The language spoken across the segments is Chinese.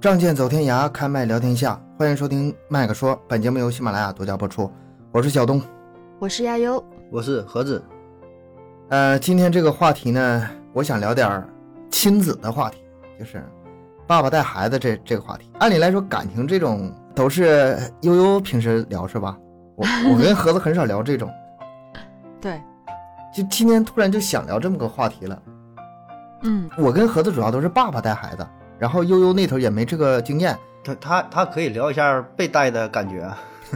仗剑走天涯，开麦聊天下，欢迎收听麦克说，本节目由喜马拉雅独家播出。我是小东， 我是亚优， 我是盒子。 今天这个话题呢，我想聊点亲子的话题，就是爸爸带孩子这个话题。按理来说，感情这种都是悠悠平时聊是吧？我跟盒子很少聊这种。 对， 就今天突然就想聊这么个话题了。我跟盒子主要都是爸爸带孩子，然后悠悠那头也没这个经验。 他可以聊一下被带的感觉。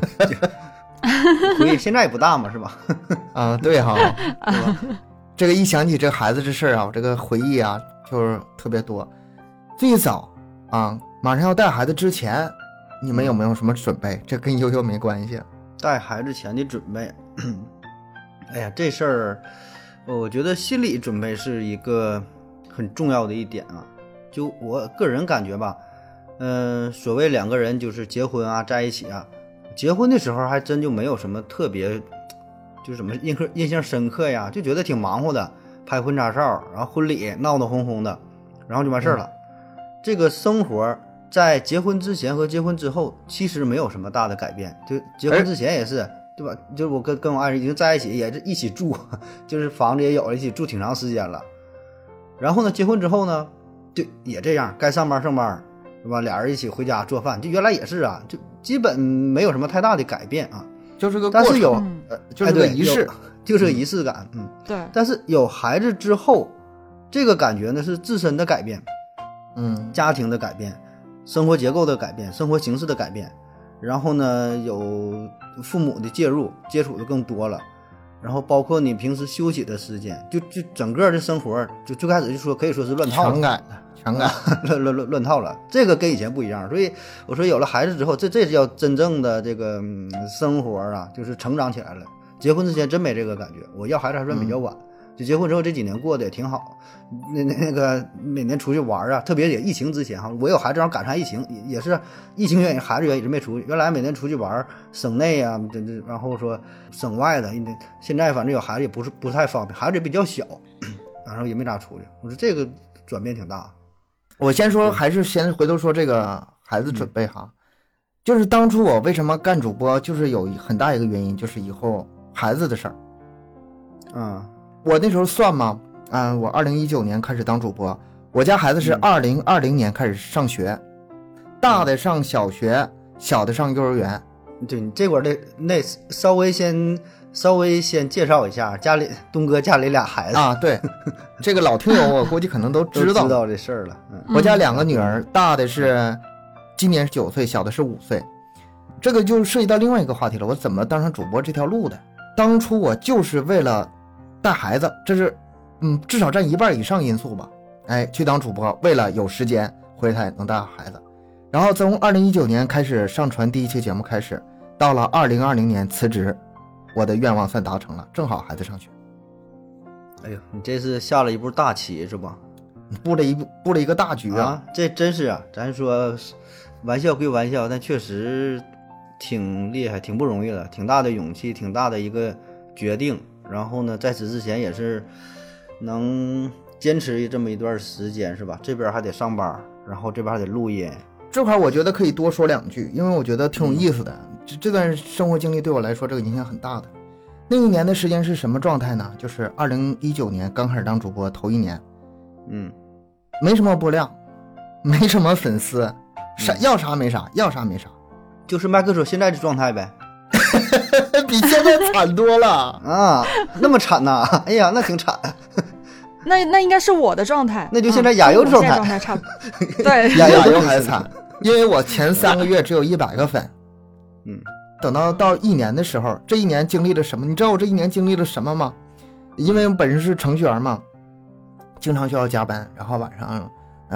回忆现在也不大嘛，是吧？ 啊，对哈，对吧？这个一想起这孩子这事儿啊，这个回忆啊，就是特别多。最早啊，马上要带孩子之前，你们有没有什么准备？这跟悠悠没关系。 带孩子前的准备，哎呀，这事儿，我觉得心理准备是一个很重要的一点啊。就我个人感觉吧，所谓两个人就是结婚啊，在一起啊。结婚的时候还真就没有什么特别，就是什么印象深刻呀，就觉得挺忙活的，拍婚纱照，然后婚礼闹闹哄哄的，然后就完事儿了。这个生活在结婚之前和结婚之后其实没有什么大的改变，就结婚之前也是，对吧？就是我跟我爱人已经在一起，也是一起住，就是房子也有了，一起住挺长时间了。然后呢，结婚之后呢，就也这样，该上班上班，对吧？俩人一起回家做饭，就原来也是啊，就基本没有什么太大的改变啊， 就是个过程， 但是有， 就是个仪式， 就是个仪式感， 对。 但是有孩子之后，这个感觉呢是自身的改变，家庭的改变，生活结构的改变，生活形式的改变，然后呢有父母的介入，接触的更多了，然后包括你平时休息的时间，就整个的生活就最开始就说可以说是乱套了， 全改了。 乱套了，这个跟以前不一样，所以我说有了孩子之后，这叫真正的这个生活啊，就是成长起来了。结婚之前真没这个感觉，我要孩子还算比较晚，就结婚之后这几年过得也挺好。那个每年出去玩啊，特别也疫情之前哈，我有孩子正好赶上疫情，也是疫情原因，孩子原因一直没出去。原来每年出去玩，省内啊，然后说省外的，现在反正有孩子也不是太方便，孩子也比较小，然后也没咋出去。我说这个转变挺大。 我先说，还是先回头说这个孩子准备哈，就是当初我为什么干主播，就是有很大一个原因，就是以后孩子的事儿。我那时候算嘛，我2019年开始当主播，我家孩子是2020年开始上学，大的上小学，小的上幼儿园。 对，你这会儿那稍微先介绍一下东哥家里俩孩子啊，对，这个老听友我估计可能都知道这事儿了。 我家两个女儿，大的是今年是9岁，小的是5岁。这个就涉及到另外一个话题了，我怎么当上主播这条路的？当初我就是为了带孩子，这是至少占一半以上因素吧。去当主播，为了有时间回来能带孩子。然后从2019年开始上传第一期节目开始，到了2020年辞职，我的愿望算达成了，正好孩子上学。 哎呦，你这是下了一步大棋是吧？ 布了一个大局啊！ 这真是啊，咱说玩笑归玩笑，但确实挺厉害，挺不容易的，挺大的勇气，挺大的一个决定。然后呢，在此之前也是能坚持这么一段时间，是吧？这边还得上班，然后这边还得录音。 这块我觉得可以多说2句，因为我觉得挺有意思的。这段生活经历对我来说，这个影响很大的。那一年的时间是什么状态呢？就是2019年刚开始当主播头一年，没什么播量，没什么粉丝，要啥没啥，要啥没啥， 就是麦克说现在的状态呗。 比现在惨多了啊！那么惨呐！哎呀，那挺惨。 那应该是我的状态， 那就现在亚优的状态， 差不多。对， 亚优还惨，因为我前3个月只有100个粉。等到1年的时候，这1年经历了什么？你知道我这1年经历了什么吗？因为我本身是程序员嘛，经常需要加班，然后晚上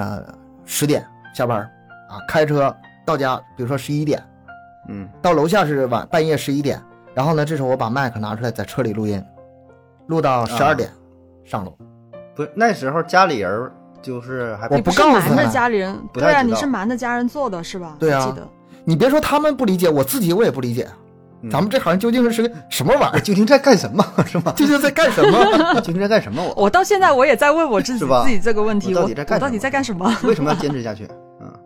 10点下班开车到家，比如说11点，到楼下是半夜11点，然后呢，这时候我把麦克拿出来在车里录音，录到12点上楼。 不是那时候家里人就是还我不告诉他们， 瞒着家里人，对啊，你是瞒着家人做的是吧？ 对啊， 记得。 你别说他们不理解，我自己我也不理解。咱们这行究竟是个什么玩意儿？ 究竟在干什么？是吗？ 究竟在干什么？ 究竟在干什么？ 我到现在我也在问我自己这个问题， 我到底在干什么？ 为什么要坚持下去？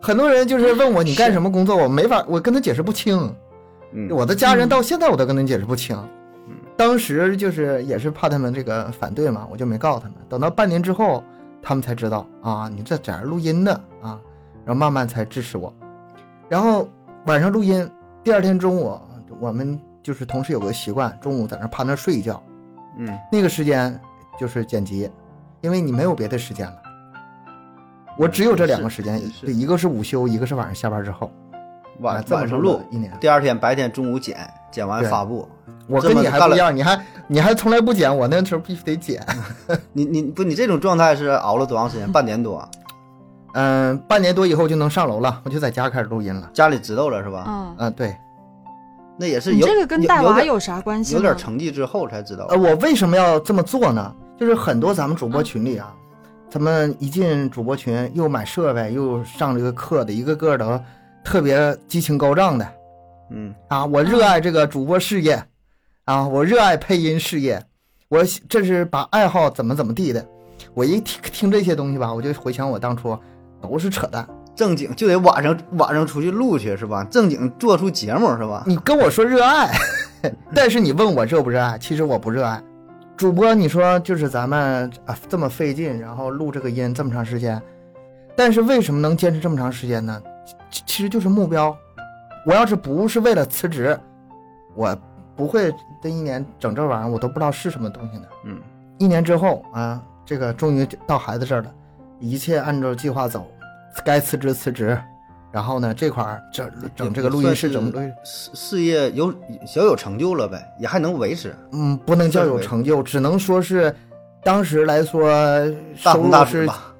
很多人就是问我你干什么工作，我没法，我跟他解释不清。我的家人到现在我都跟他解释不清。当时就是也是怕他们这个反对嘛，我就没告诉他们。等到半年之后，他们才知道啊，你这在这录音的啊，然后慢慢才支持我。然后晚上录音，第二天中午我们就是同事有个习惯，中午在那趴那睡一觉。那个时间就是剪辑，因为你没有别的时间了。我只有这2个时间，对，一个是午休，一个是晚上下班之后。 晚上录1年，第二天白天中午剪完发布。 我跟你还不一样，你还从来不剪，我那时候必须得剪。 你这种状态是熬了多长时间？半年多。 半年多以后就能上楼了，我就在家开始录音了。 家里知道了是吧？ 对。 那也是你这个跟带娃有啥关系？ 有点成绩之后才知道。 我为什么要这么做呢？就是很多咱们主播群里啊。咱们一进主播群，又买设备，又上这个课的，一个个的特别激情高涨的。我热爱这个主播事业，我热爱配音事业，我这是把爱好怎么地的。我一听这些东西吧，我就回想我当初都是扯淡。 正经就得晚上出去录去是吧？正经做出节目是吧？ 你跟我说热爱，但是你问我热不热爱，其实我不热爱。主播你说就是咱们这么费劲，然后录这个音这么长时间，但是为什么能坚持这么长时间呢？其实就是目标。我要是不是为了辞职，我不会这1年整这玩意儿，我都不知道是什么东西呢。1年之后这个终于到孩子这儿了，一切按照计划走，该辞职辞职，然后呢这块整这个录音室整事业小有成就了呗，也还能维持。 不能叫有成就，只能说是当时来说大红大紫吧。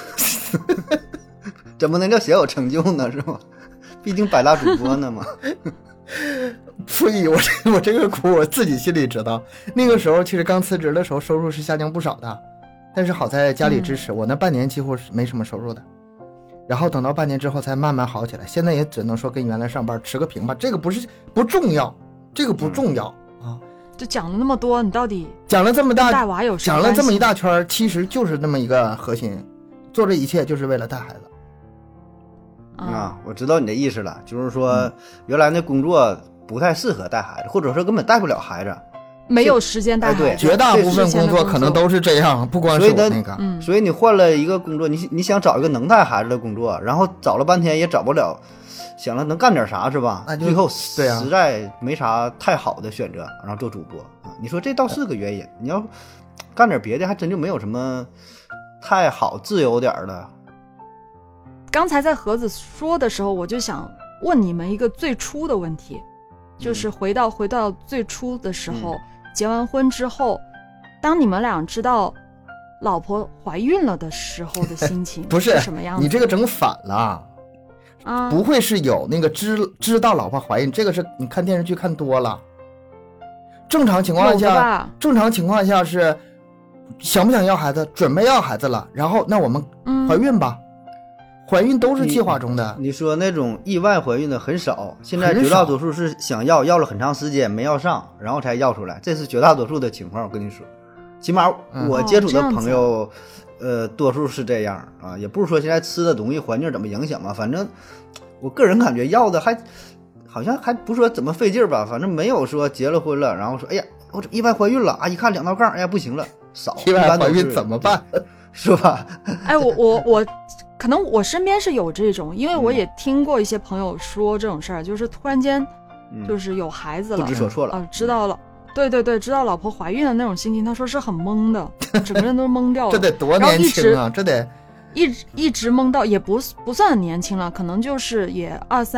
怎么能叫小有成就呢？是吗？毕竟百大主播呢嘛。 所以我这个苦我自己心里知道。那个时候其实刚辞职的时候收入是下降不少的，但是好在家里支持，我那半年几乎是没什么收入的。然后等到半年之后才慢慢好起来，现在也只能说跟原来上班持个平吧，这个不重要，这个不重要啊。 就讲了那么多，你到底讲了这么大带娃有讲了这么一大圈，其实就是那么一个核心，做这一切就是为了带孩子。 我知道你的意思了，就是说原来那工作不太适合带孩子，或者说根本带不了孩子， 没有时间带孩子。 对， 绝大部分工作可能都是这样，不光是我那个。 所以你换了一个工作，你想找一个能带孩子的工作，然后找了半天也找不了，想了能干点啥是吧？最后实在没啥太好的选择，然后做主播。你说这倒是个原因。你要干点别的，还真就没有什么太好自由点的。 刚才在盒子说的时候，我就想问你们一个最初的问题，就是回到最初的时候，结完婚之后，当你们俩知道老婆怀孕了的时候的心情不是什么样子？ 你这个整反了不会是有那个知道老婆怀孕，这个是你看电视剧看多了。正常情况下是想不想要孩子，准备要孩子了，然后那我们怀孕吧。怀孕都是计划中的。 你说那种意外怀孕的很少，现在绝大多数是想要了很长时间没要上，然后才要出来，这是绝大多数的情况。我跟你说，起码我接触的朋友，多数是这样啊。也不是说现在吃的东西环境怎么影响嘛，反正我个人感觉要的好像还不说怎么费劲吧，反正没有说结了婚了然后说哎呀我意外怀孕了啊，一看2道杠，哎呀不行了，少。 意外怀孕怎么办？ 是吧？ 哎，我可能我身边是有这种，因为我也听过一些朋友说这种事儿，就是突然间就是有孩子了， 不知所措了， 知道了，对，知道老婆怀孕的那种心情，他说是很懵的，整个人都懵掉了。 这得多年轻啊！这得一直懵到也不算很年轻了，可能就是也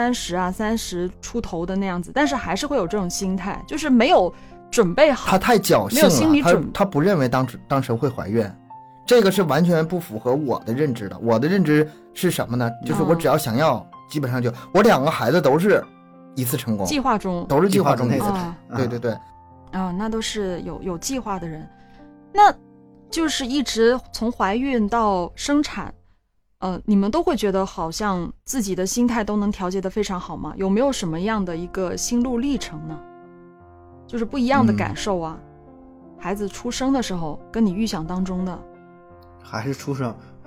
20-30、30出头的那样子，但是还是会有这种心态，就是没有准备好。 他太侥幸了， 没有心理准备， 他不认为当时会怀孕。这个是完全不符合我的认知的。我的认知是什么呢？就是我只要想要，基本上就我2个孩子都是一次成功， 计划中都是计划中的。对那都是有计划的人。那就是一直从怀孕到生产，你们都会觉得好像自己的心态都能调节得非常好吗？有没有什么样的一个心路历程呢？就是不一样的感受啊。孩子出生的时候跟你预想当中的。 还是出生，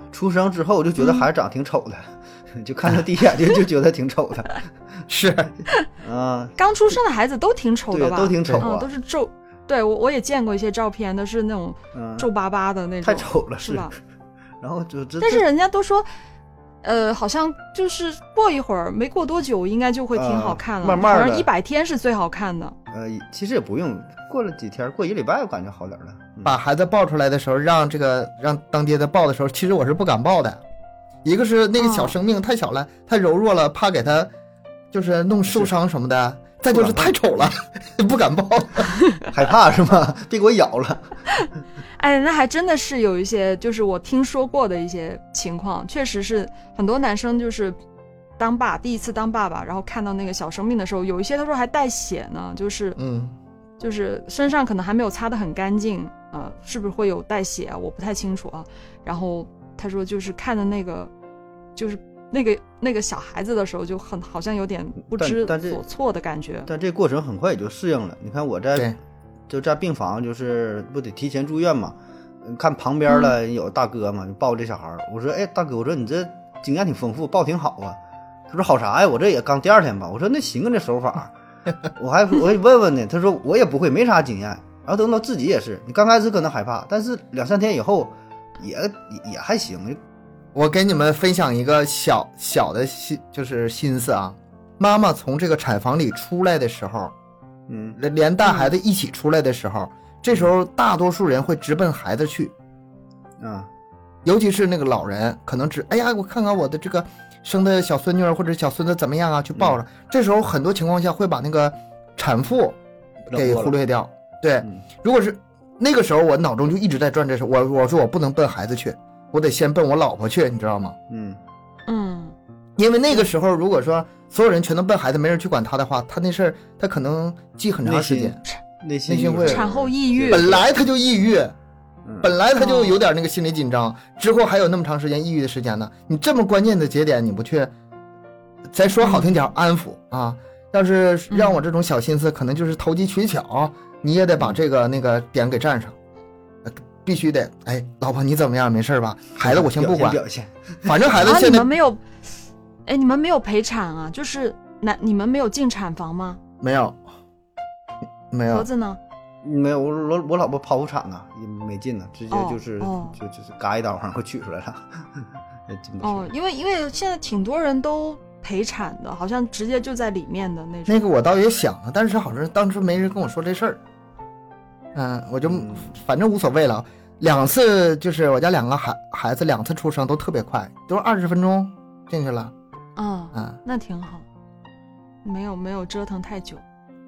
出生之后我就觉得孩子长挺丑的，就看他第一眼就觉得挺丑的。 是啊， 刚出生的孩子都挺丑的吧？ 都挺丑啊， 都是皱。对，我也见过一些照片，都是那种皱巴巴的那种， 太丑了， 是吧？ 然后但是人家都说，好像就是过一会儿，没过多久，应该就会挺好看了。 慢慢的， 好像100天是最好看的。 其实也不用，过了几天，过1礼拜，我感觉好点了。 把孩子抱出来的时候，让当爹的抱的时候，其实我是不敢抱的。一个是那个小生命太小了，太柔弱了，怕给他就是弄受伤什么的。再就是太丑了，不敢抱， 害怕是吗？别给我咬了。 哎，那还真的是有一些，就是我听说过的一些情况，确实是很多男生就是第一次当爸爸，然后看到那个小生命的时候，有一些他说还带血呢，就是身上可能还没有擦得很干净，是不是会有带血啊？我不太清楚啊。然后他说就是看的那个，就是那个小孩子的时候就好像有点不知所措的感觉。 但这过程很快也就适应了。你看我就在病房，就是不得提前住院嘛？看旁边了有大哥嘛，就抱这小孩。我说，哎，大哥，我说你这经验挺丰富，抱挺好啊。他说好啥呀？我这也刚第2天吧。我说那行啊，这手法，我也问问呢。他说我也不会，没啥经验。然后等到自己也是，你刚开始可能害怕，但是2、3天以后也还行。 我给你们分享一个小的心思啊，妈妈从这个产房里出来的时候，连带孩子一起出来的时候，这时候大多数人会直奔孩子去，尤其是那个老人，可能哎呀，我看看我的这个生的小孙女或者小孙子怎么样啊，去抱着。这时候很多情况下会把那个产妇给忽略掉。对，如果是那个时候，我脑中就一直在转这事，我说我不能奔孩子去。我得先奔我老婆去，你知道吗？因为那个时候如果说所有人全都奔孩子，没人去管他的话，他那事儿他可能记很长时间， 内心会产后抑郁， 本来他就抑郁，本来他就有点那个心理紧张，之后还有那么长时间抑郁的时间呢。你这么关键的节点你不去，再说好听点安抚啊，要是让我这种小心思，可能就是投机取巧，你也得把这个那个点给占上。必须得，哎，老婆你怎么样？没事吧？孩子我先不管，反正孩子现在你们没有，你们没有陪产啊？就是你们没有进产房吗？ 没有。 盒子呢？ 没有，我老婆剖腹产啊，也没进呢，直接就是嘎一刀然后取出来了。 因为现在挺多人都陪产的，好像直接就在里面的那种。 那个我倒也想了，但是好像当时没人跟我说这事儿。我就反正无所谓了。2次就是我家2个孩子2次出生都特别快，都是20分钟进去了。 那挺好，没有折腾太久。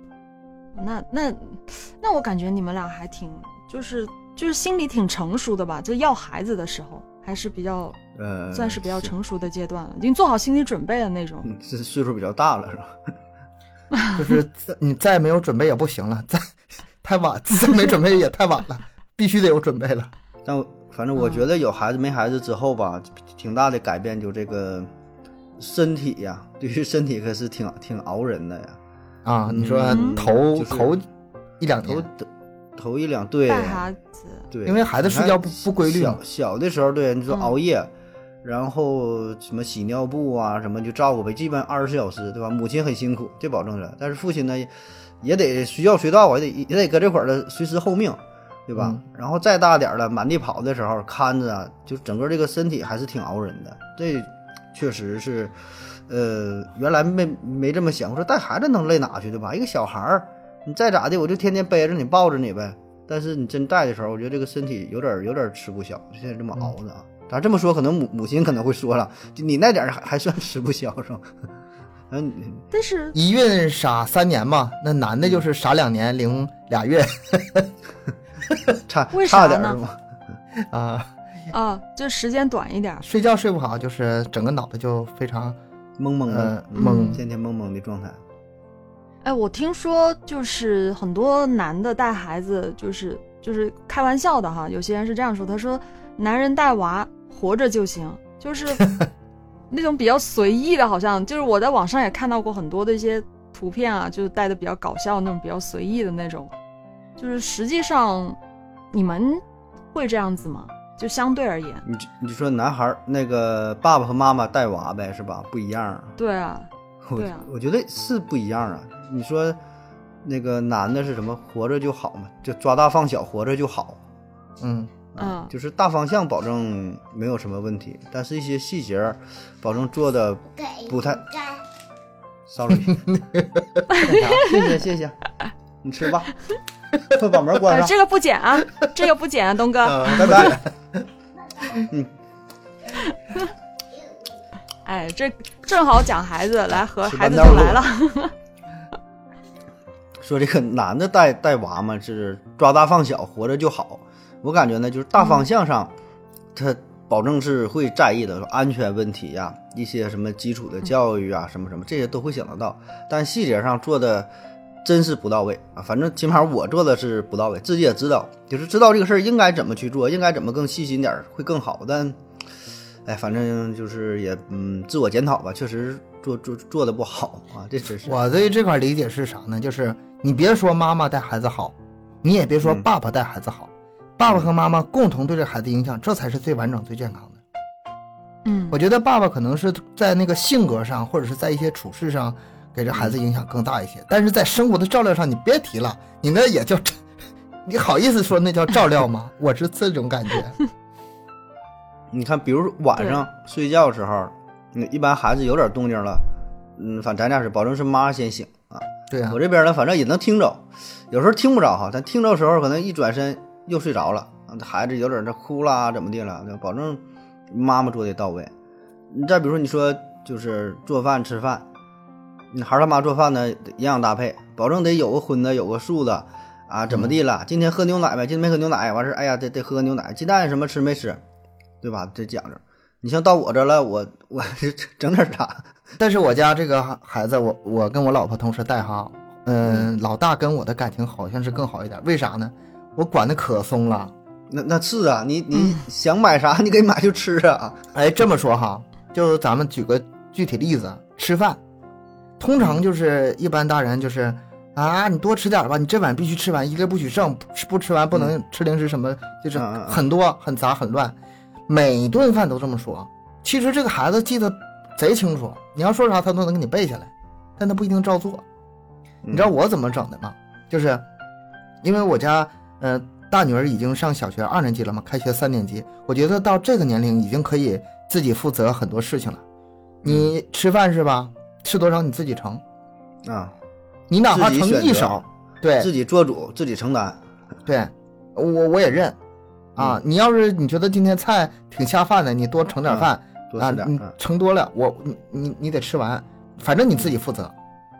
那我感觉你们俩还挺就是心里挺成熟的吧？就要孩子的时候还是比较算是比较成熟的阶段了，已经做好心理准备的那种。 是岁数比较大了是吧？ 就是你再没有准备也不行了，太晚，再没准备也太晚了，必须得有准备了。 但反正我觉得有孩子没孩子之后吧，挺大的改变，就这个身体呀，对于身体可是挺熬人的呀。 你说头1、2年， 头1、2对带孩子， 对， 因为孩子睡觉不规律， 小的时候对，你说熬夜，然后什么洗尿布啊什么就照顾呗，基本24小时对吧？母亲很辛苦，这保证着，但是父亲呢也得随叫随到啊，也得搁这块儿的随时候命，对吧？然后再大点了，满地跑的时候看着啊，就整个这个身体还是挺熬人的。这确实是，原来没这么想，我说带孩子能累哪去，对吧？一个小孩儿，你再咋的，我就天天背着你抱着你呗。但是你真带的时候，我觉得这个身体有点吃不消，现在这么熬的啊。咱这么说，可能母亲可能会说了，就你那点还算吃不消是吧？ 但是一孕傻3年嘛，那男的就是傻2年零2月， 差点是吗？ 就时间短一点， 睡觉睡不好，就是整个脑袋就非常懵懵的，天天懵懵的状态。 哎，我听说就是很多男的带孩子，就是开玩笑的哈，有些人是这样说，他说男人带娃活着就行，就是那种比较随意的，好像就是我在网上也看到过很多的一些图片啊，就是带的比较搞笑那种，比较随意的那种。就是实际上你们会这样子吗？ 就相对而言。 你说男孩那个爸爸和妈妈带娃呗，是吧？不一样啊。 对啊，对啊， 我觉得是不一样啊。你说那个男的是什么？活着就好嘛，就抓大放小，活着就好。就是大方向保证没有什么问题，但是一些细节保证做的不太。sorry， 谢谢，你吃吧，快把门关上。 这个不剪啊，这个不剪啊，东哥。 拜拜。 哎，这正好讲孩子，来和孩子就来了。 说这个男的带娃嘛，是抓大放小，活着就好。我感觉呢，就是大方向上，他保证是会在意的，说安全问题呀，一些什么基础的教育啊，什么这些都会想得到。但细节上做的真是不到位啊！反正起码我做的是不到位，自己也知道，就是知道这个事儿应该怎么去做，应该怎么更细心点会更好。但反正就是也自我检讨吧，确实做的不好啊，这真是。 我对这块理解是啥呢？就是你别说妈妈带孩子好，你也别说爸爸带孩子好。爸爸和妈妈共同对这孩子影响，这才是最完整最健康的。我觉得爸爸可能是在那个性格上，或者是在一些处事上给这孩子影响更大一些，但是在生活的照料上你别提了，你那也叫你好意思说那叫照料吗？我是这种感觉。 你看比如晚上睡觉的时候，一般孩子有点动静了，反正咱家是保证是妈先醒啊。 对啊， 我这边呢反正也能听着，有时候听不着哈，但听着的时候可能一转身又睡着了，孩子有点这哭啦怎么的了，保证妈妈做的到位。你再比如说你说就是做饭吃饭，你孩他妈做饭呢营养搭配，保证得有个荤的有个素的啊，怎么地了，今天喝牛奶呗，今天没喝牛奶完事哎呀得喝牛奶，鸡蛋什么吃没吃，对吧？这讲究。你像到我这了，我整点啥？ 但是我家这个孩子，我跟我老婆同时带哈，老大跟我的感情好像是更好一点，为啥呢？我管的可松了。 那是啊，你想买啥你给买就吃啊。 这么说哈，就咱们举个具体例子，吃饭，通常就是一般大人就是啊，你多吃点吧，你这碗必须吃完，一个不许剩，不吃完不能吃零食什么，就是很多很杂很乱，每顿饭都这么说。其实这个孩子记得贼清楚，你要说啥他都能给你背下来，但他不一定照做。你知道我怎么整的吗？就是因为我家大女儿已经上小学2年级了嘛，开学3年级，我觉得到这个年龄已经可以自己负责很多事情了。你吃饭是吧？吃多少你自己盛啊， 你哪怕盛一勺，对， 自己做主，自己承担。 对，我也认啊。你要是你觉得今天菜挺下饭的，你多盛点饭多吃点， 你盛多了，你得吃完，反正你自己负责。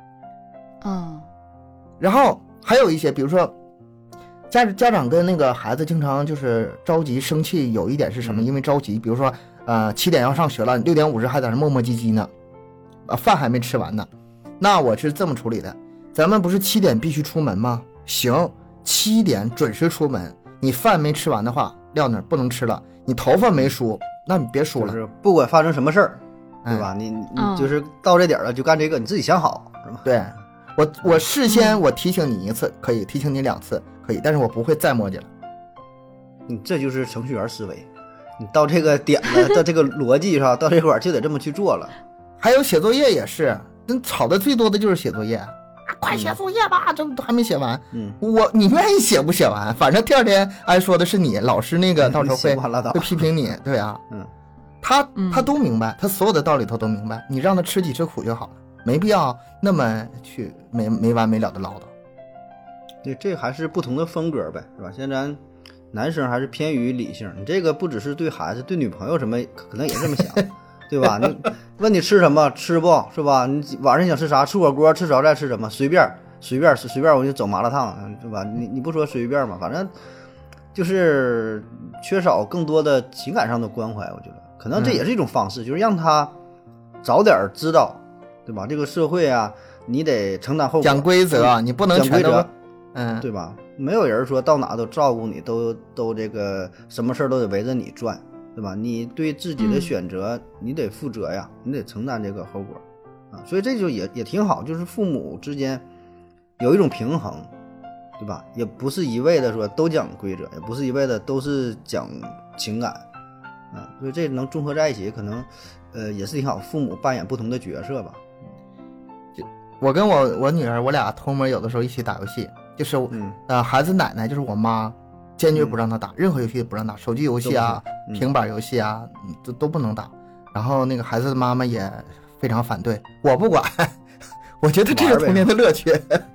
然后还有一些，比如说家长跟那个孩子经常就是着急生气，有一点是什么？因为着急，比如说7点要上学了，6点50还在那磨磨唧唧呢，饭还没吃完呢。那我是这么处理的，咱们不是7点必须出门吗？行，7点准时出门。你饭没吃完的话，撂那儿不能吃了。你头发没梳，那你别梳了。 就是不管发生什么事儿，对吧？你就是到这点了就干这个，你自己想好是吧？ 对，我事先我提醒你1次可以，提醒你2次可以，但是我不会再磨叽了。 这就是程序员思维，你到这个点了，到这个逻辑上，到这块儿就得这么去做了。 还有写作业也是，吵的最多的就是写作业。快写作业吧，这都还没写完。你愿意写不写完，反正第2天挨说的是你，老师那个到时候会批评你。对啊，他都明白，他所有的道理他都明白，你让他吃几次苦就好了，没必要那么去没完没了的唠叨。 对，这还是不同的风格呗，是吧？现在男生还是偏于理性，你这个不只是对孩子，对女朋友什么可能也这么想。对吧？你问你吃什么吃不是吧？你晚上想吃啥？吃火锅吃炒菜吃什么？随便，我就走麻辣烫，对吧？你不说随便吗？反正就是缺少更多的情感上的关怀，我觉得可能这也是一种方式，就是让他早点知道，对吧？这个社会啊，你得承担后果， 讲规则，你不能讲规则， 对吧？没有人说到哪都照顾你，都这个什么事都得围着你转。对吧？你对自己的选择，你得负责呀，你得承担这个后果啊。所以这就也挺好，就是父母之间有一种平衡， 对吧？也不是一味的说都讲规则，也不是一味的都是讲情感啊，所以这能综合在一起，可能也是挺好。父母扮演不同的角色吧。 我跟我女儿，我俩偷摸有的时候一起打游戏，就是孩子奶奶就是我妈，坚决不让她打，任何游戏不让打，手机游戏啊、平板游戏啊，都不能打。然后那个孩子的妈妈也非常反对，我不管，我觉得这是童年的乐趣。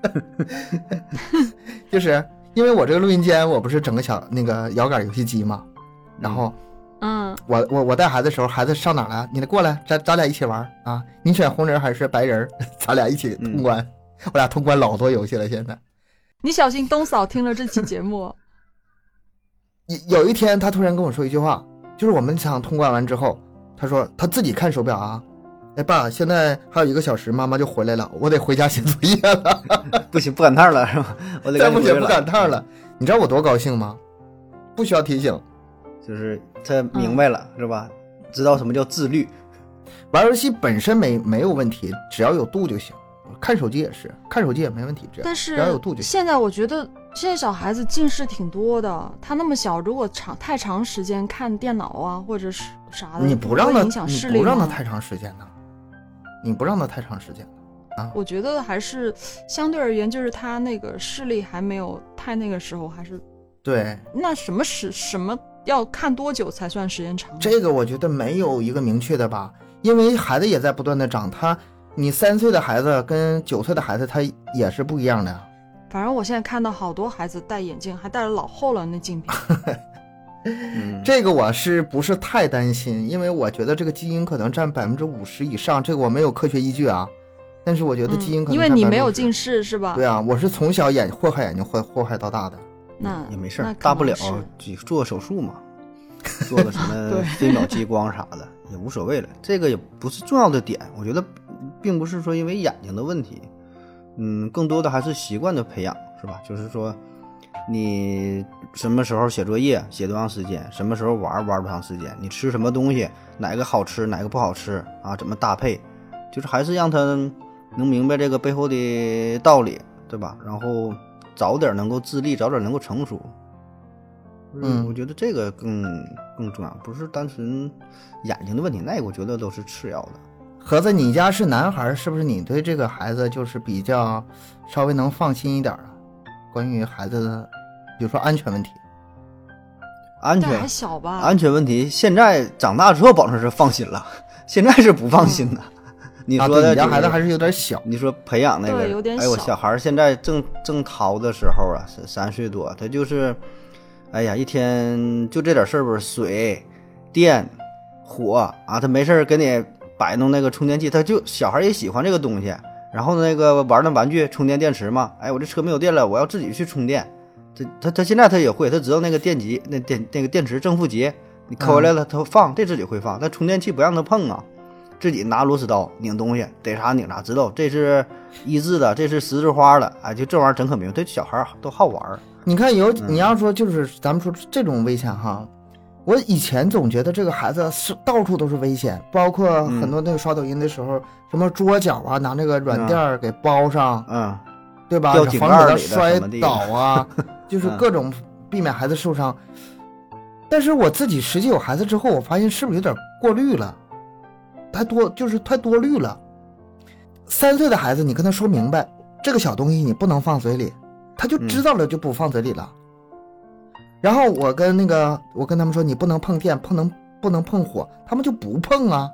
就是因为我这个录音间，我不是整个小那个摇杆游戏机嘛，然后我带孩子的时候，孩子上哪来？你过来，咱俩一起玩啊！你选红人还是白人？咱俩一起通关。我俩通关老多游戏了，现在。 你小心东嫂听了这期节目。 有一天，他突然跟我说一句话，就是我们想通关完之后，他说他自己看手表啊，哎爸，现在还有1个小时，妈妈就回来了，我得回家写作业了。 不行，不赶趟了是吧？我得再不写不赶趟了。你知道我多高兴吗？不需要提醒。 就是他明白了，是吧？知道什么叫自律。 玩游戏本身没有问题，只要有度就行。看手机也是，看手机也没问题，只要有度就行。 现在我觉得现在小孩子近视挺多的，他那么小，如果太长时间看电脑啊或者是啥的， 你不让他影响视力吗？ 你不让他太长时间呢？你不让他太长时间啊？ 我觉得还是相对而言，就是他那个视力还没有太那个时候，还是对。 那什么要看多久才算时间长？ 这个我觉得没有一个明确的吧，因为孩子也在不断的长，你3岁的孩子跟9岁的孩子他也是不一样的呀。 反正我现在看到好多孩子戴眼镜，还戴了老厚了那镜片。 这个我是不是太担心？因为我觉得这个基因可能占50%以上，这个我没有科学依据啊。但是我觉得基因可能因为你没有近视是吧？ 对啊，我是从小祸害眼睛祸害到大的。 那也没事，大不了做手术嘛，做个什么飞秒激光啥的也无所谓了。这个也不是重要的点，我觉得并不是说因为眼睛的问题，更多的还是习惯的培养，是吧？就是说你什么时候写作业写多长时间，什么时候玩多长时间，你吃什么东西，哪个好吃哪个不好吃啊，怎么搭配，就是还是让他能明白这个背后的道理，对吧？然后早点能够自立，早点能够成熟。我觉得这个更重要，不是单纯眼睛的问题，那个我觉得都是次要的。 盒子，你家是男孩，是不是你对这个孩子就是比较稍微能放心一点啊？关于孩子的，比如说安全问题。 安全还小吧？ 安全问题，现在长大之后保证是放心了，现在是不放心的。你说的、 你家孩子还是有点小。 你说培养那个， 对，有点小。 哎，我小孩现在正淘的时候啊，是3岁多，他就是，哎呀，一天就这点事儿吧，水、电、火啊，他没事给你摆弄那个充电器，他就小孩也喜欢这个东西。然后那个玩那玩具充电电池嘛，哎，我这车没有电了，我要自己去充电。他现在他也会，他知道那个电极那个电池正负极，你抠回来了他放，这自己会放，但充电器不让他碰啊。自己拿螺丝刀拧东西，逮啥拧啥，知道这是1字的，这是10字花的，哎，就这玩意儿整可明白。这小孩都好玩。 你看你要说就是咱们说这种危险哈，我以前总觉得这个孩子是到处都是危险，包括很多那个刷抖音的时候，什么桌角啊，拿那个软垫给包上，对吧？ 掉井盖里的摔倒啊，就是各种避免孩子受伤。但是我自己实际有孩子之后，我发现是不是有点过滤了？太多虑了。3岁的孩子，你跟他说明白，这个小东西你不能放嘴里，他就知道了，就不放嘴里了。然后我跟他们说，你不能碰电，不能碰火，他们就不碰啊。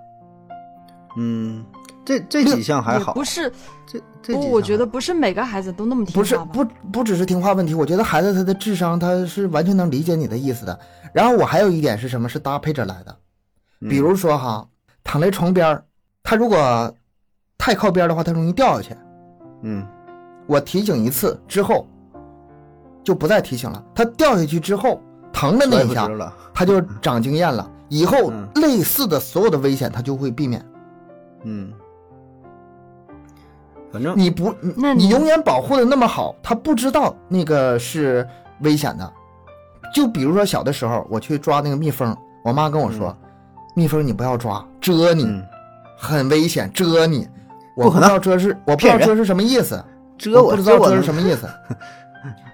这几项还好， 不是这我觉得不是每个孩子都那么听话吧。 不只是听话问题，我觉得孩子他的智商他是完全能理解你的意思的。然后我还有一点是什么，是搭配着来的，比如说哈。躺在床边，他如果太靠边的话，他容易掉下去。我提醒一次之后，就不再提醒了。他掉下去之后，疼的那一下，他就长经验了。以后类似的所有的危险，他就会避免。 反正你永远保护的那么好，他不知道那个是危险的。就比如说小的时候，我去抓那个蜜蜂，我妈跟我说。蜜蜂你不要抓，蛰你，很危险，蛰你。我不知道蛰是什么意思， 蛰我不知道蛰是什么意思。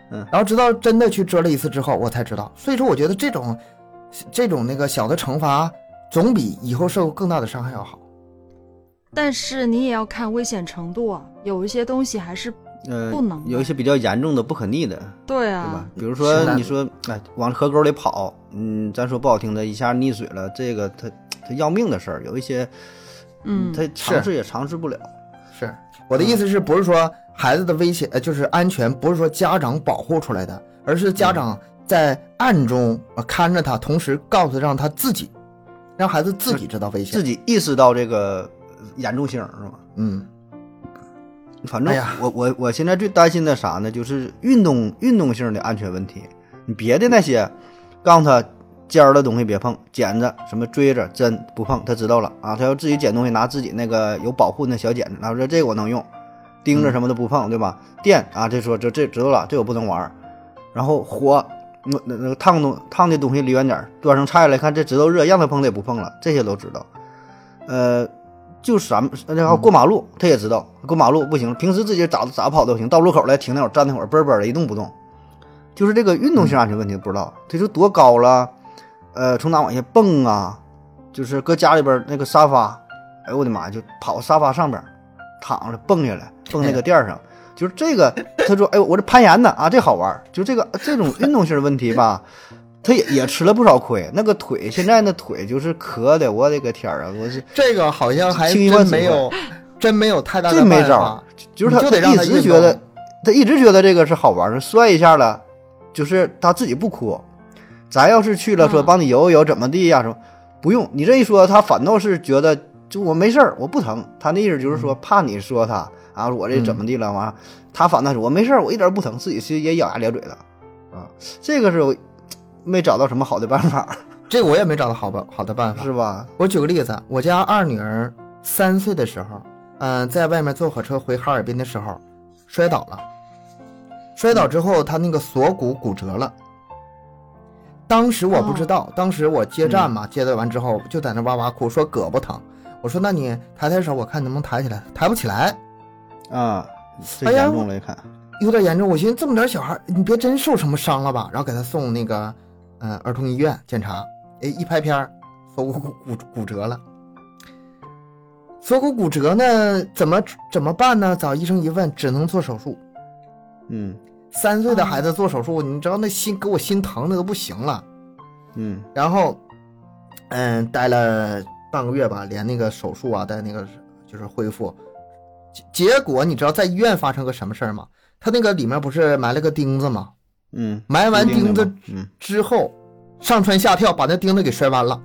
然后直到真的去蛰了一次之后，我才知道。所以说，我觉得这种那个小的惩罚，总比以后受更大的伤害要好。 但是你也要看危险程度啊，有一些东西还是不能有一些比较严重的不可逆的， 对啊， 对吧？比如说你说往河沟里跑，咱说不好听的，一下溺水了，这个他要命的事儿，有一些他尝试也尝试不了。 是我的意思是不是说孩子的危险就是安全，不是说家长保护出来的，而是家长在暗中看着他，同时告诉让他自己，让孩子自己知道危险， 自己意识到这个严重性，是吧？反正我现在最担心的啥呢？就是运动性的安全问题。你别的那些，告诉他尖儿的东西别碰，剪子什么锥子针不碰，他知道了啊。他要自己剪东西，拿自己那个有保护的小剪子，他说这个我能用，钉子什么的不碰，对吧？电啊，这说这知道了，这我不能玩。然后火，那个烫的东西离远点，端上菜来看这知道热，让他碰他也不碰了，这些都知道。就是然后过马路他也知道，过马路不行，平时自己咋跑都行，到路口来停那会儿站那会儿嘣的一动不动。就是这个运动性安全问题不知道，他就多高了，从哪往下蹦啊，就是搁家里边那个沙发，哎呦我的妈，就跑沙发上边躺着蹦下来，蹦那个垫上，就是这个他说哎我这攀岩呢啊，这好玩，就这种运动性的问题吧。他也吃了不少亏，那个腿现在那腿就是磕的，我的个天啊！我是这个好像还真没有太大的真没招，就是他一直觉得这个是好玩，摔一下了，就是他自己不哭。咱要是去了说帮你游怎么地呀什么，不用你这一说，他反倒是觉得就我没事儿，我不疼。他那意思就是说怕你说他啊，我这怎么地了完，他反倒是我没事儿，我一点不疼，自己其实也咬牙咧嘴了啊。这个是我没找到什么好的办法， 这个我也没找到好的办法， 是吧？ 我举个例子，我家二女儿3岁的时候，在外面坐火车回哈尔滨的时候摔倒了，摔倒之后她那个锁骨骨折了。当时我不知道，当时我接站嘛，接待完之后就在那哇哇哭，说胳膊疼。我说那你抬手，我看能不能抬起来，抬不起来啊，这严重了一看。 有点严重，我寻思这么点小孩，你别真受什么伤了吧？然后给他送那个儿童医院检查，一拍片锁骨骨折了。锁骨骨折呢，怎么办呢？找医生一问，只能做手术。3岁的孩子做手术，你知道那心给我心疼的都不行了。然后待了半个月吧，连那个手术啊，带那个就是恢复。结果你知道在医院发生个什么事儿吗？他那个里面不是埋了个钉子吗？埋完钉子之后，上蹿下跳把那钉子给摔弯了。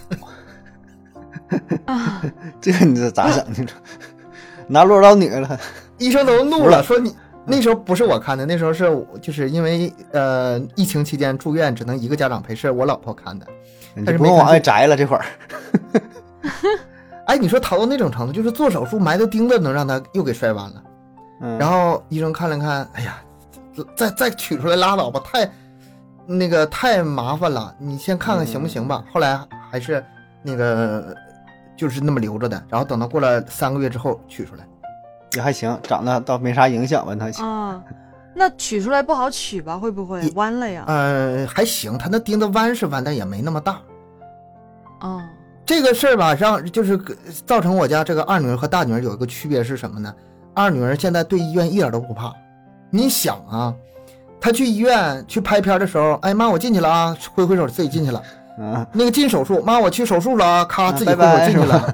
这个你这咋整？你说拿落到你了， 医生都怒了，说你那时候不是我看的，那时候是就是因为疫情期间住院，只能一个家长陪，是我老婆看的。但是不用往外摘了这会儿。 哎，你说逃到那种程度，就是做手术埋的钉子能让他又给摔弯了。然后医生看了看，哎呀，再取出来拉倒吧，太麻烦了，你先看看行不行吧。后来还是那个就是那么留着的，然后等到过了3个月之后取出来， 也还行，长得倒没啥影响吧？他啊，那取出来不好取吧？会不会弯了呀？ 还行，他那钉子弯是弯，但也没那么大。 这个事儿吧，就是造成我家这个二女儿和大女儿有一个区别是什么呢？二女儿现在对医院一点都不怕。你想啊，她去医院去拍片的时候，哎妈，我进去了啊，挥手自己进去了。那个进手术，妈，我去手术了啊，咔，自己挥手进去了。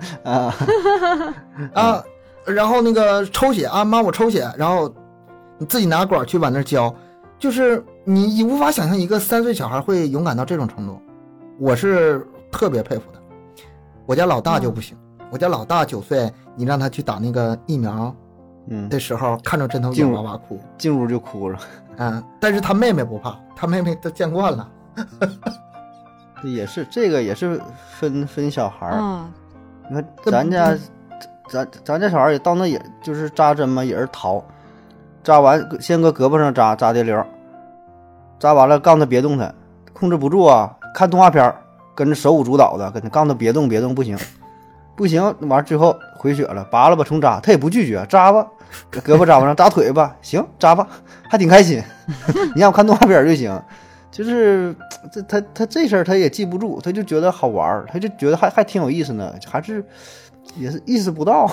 然后那个抽血啊，妈，我抽血，然后你自己拿管去往那浇，就是你无法想象一个3岁小孩会勇敢到这种程度，我是特别佩服的。我家老大就不行，我家老大9岁，你让他去打那个疫苗。的时候看着针头眼哇哇哭， 进屋就哭了。 但是他妹妹不怕，他妹妹都见惯了。 也是这个也是分小孩儿。你看咱家小孩也到那也就是扎针嘛，也是逃，扎完先搁胳膊上扎电流，扎完了告诉他别动，他控制不住啊，看动画片跟着手舞足蹈的，跟他告诉他别动不行，完最后回血了，拔了吧，重扎，他也不拒绝，扎吧，胳膊扎不上，扎腿吧，行，扎吧，还挺开心。你让我看动画片就行。就是他这事儿他也记不住，他就觉得好玩儿，他就觉得还挺有意思呢，还是也是意识不到。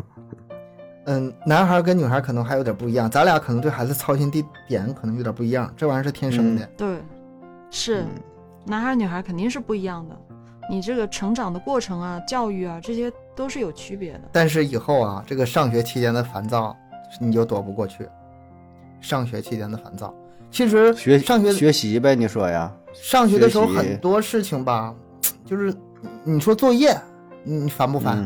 男孩跟女孩可能还有点不一样，咱俩可能对孩子操心的点可能有点不一样，这玩意儿是天生的。 对，是，男孩女孩肯定是不一样的，你这个成长的过程啊，教育啊，这些都是有区别的。 但是以后啊，这个上学期间的烦躁你就躲不过去。上学期间的烦躁，其实上学学习呗，你说呀？ 上学的时候很多事情吧，就是你说作业，你烦不烦？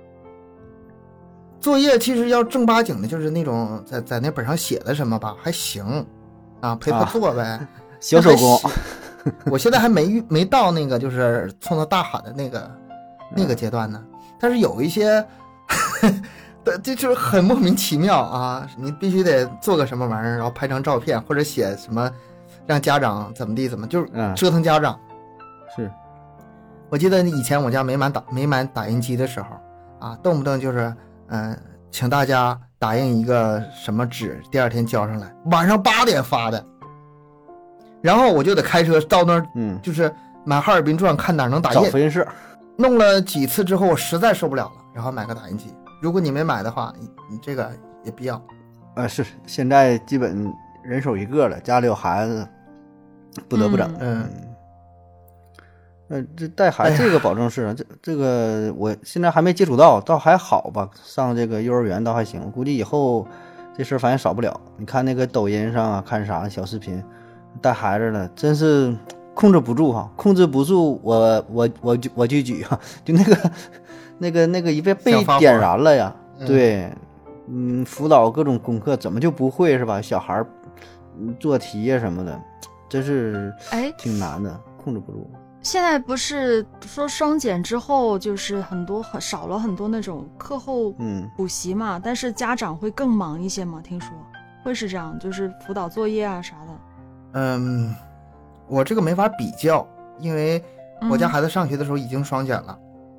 作业其实要正八经的，就是那种在那本上写的什么吧，还行啊，陪他做呗， 小手工。 我现在还没到那个就是冲着大喊的那个阶段呢，但是有一些。这就是很莫名其妙啊！你必须得做个什么玩意儿，然后拍张照片或者写什么，让家长怎么地就是折腾家长。 是， 我记得以前我家没买打印机的时候啊，动不动就是请大家打印一个什么纸，第二天交上来，晚上8点发的。然后我就得开车到那儿，就是满哈尔滨转看哪能打印。 找复印社。 弄了几次之后，我实在受不了了，然后买个打印机。如果你没买的话，你这个也必要。 是现在基本人手一个了，家里有孩子，不得不整。这带孩子这个保证是这个，我现在还没接触到，倒还好吧。上这个幼儿园倒还行，估计以后这事儿反正少不了。你看那个抖音上啊，看啥小视频，带孩子了，真是控制不住哈，控制不住我就举哈，就那个一被点燃了呀。对，辅导各种功课怎么就不会是吧？小孩做题呀什么的，真是挺难的，控制不住。 现在不是说双减之后，就是少了很多那种课后补习嘛，但是家长会更忙一些嘛，听说会是这样，就是辅导作业啊啥的。 我这个没法比较，因为我家孩子上学的时候已经双减了。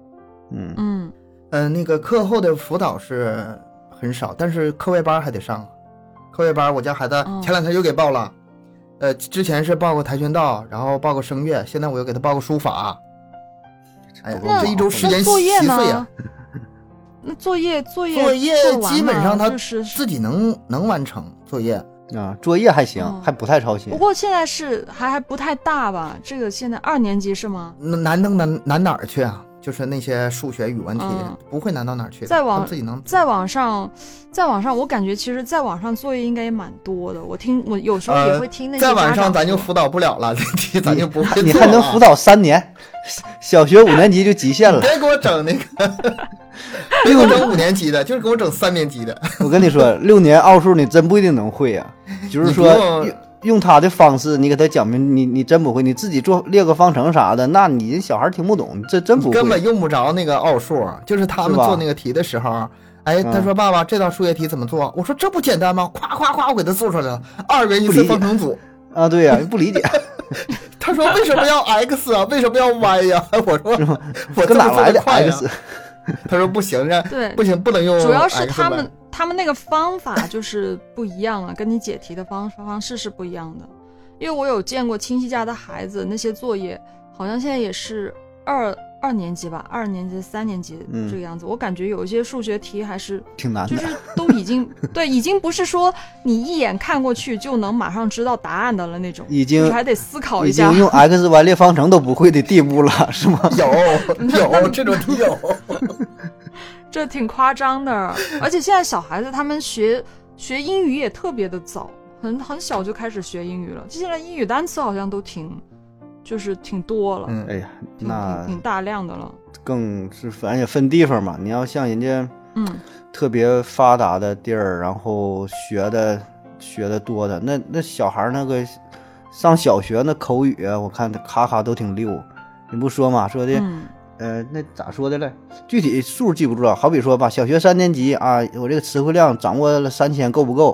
那个课后的辅导是很少，但是课外班还得上。课外班我家孩子前2天又给报了，之前是报过跆拳道，然后报过声乐，现在我又给他报过书法。哎呀，这一周时间稀碎呀。 那作业基本上他自己能完成作业啊，作业还行，还不太操心。 不过现在是还不太大吧？这个现在2年级是吗？ 难哪儿去啊？就是那些数学语文题不会难到哪儿去的。 在网上，我感觉其实在网上作业应该也蛮多的。我有时候也会听那些在网上咱就辅导不了了，这题咱就不会做了。 你还能辅导3年，小学5年级就极限了。 别给我整那个，别给我整5年级的，就是给我整3年级的。 我跟你说，6年奥数你真不一定能会啊。就是说用他的方式，你给他讲明，你真不会，你自己列个方程啥的，那你小孩听不懂，这真不会。 根本用不着那个奥数，就是他们做那个题的时候，他说爸爸这道数学题怎么做？我说这不简单吗？夸夸夸，我给他做出来了，2元一次方程组啊，对呀，不理解。 他说为什么要 x 啊？为什么要 y 呀？我说我跟哪来的 x？ 他说不行， 对， 不行，不能用 x。 主要是他们那个方法就是不一样啊，跟你解题的方式是不一样的。因为我有见过亲戚家的孩子，那些作业好像现在也是二年级吧，2年级、3年级这个样子。我感觉有一些数学题还是挺难的， 就是都已经对，已经不是说你一眼看过去就能马上知道答案的了那种， 已经就是还得思考一下， 已经用 x y 列方程都不会的地步了，是吗？ 有这种题有。 这挺夸张的，而且现在小孩子他们学英语也特别的早，很小就开始学英语了。现在英语单词好像都挺多了， 哎呀，那挺大量的了。 更是反正也分地方嘛，你要像人家特别发达的地儿，然后学的多的，那小孩那个上小学那口语啊，我看咔咔都挺溜。你不说嘛，说的。那咋说的嘞？具体数记不住了。好比说吧，小学3年级啊，我这个词汇量掌握了3000够不够？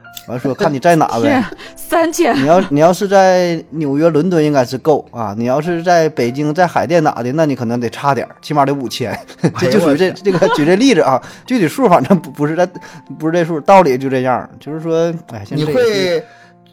完说看你在哪呗。 3000， 你要是在纽约、伦敦应该是够啊。你要是在北京、在海淀哪的，那你可能得差点，起码得5000。这就属于这个举这例子啊，具体数反正不是这数，道理就这样。就是说，哎， 你会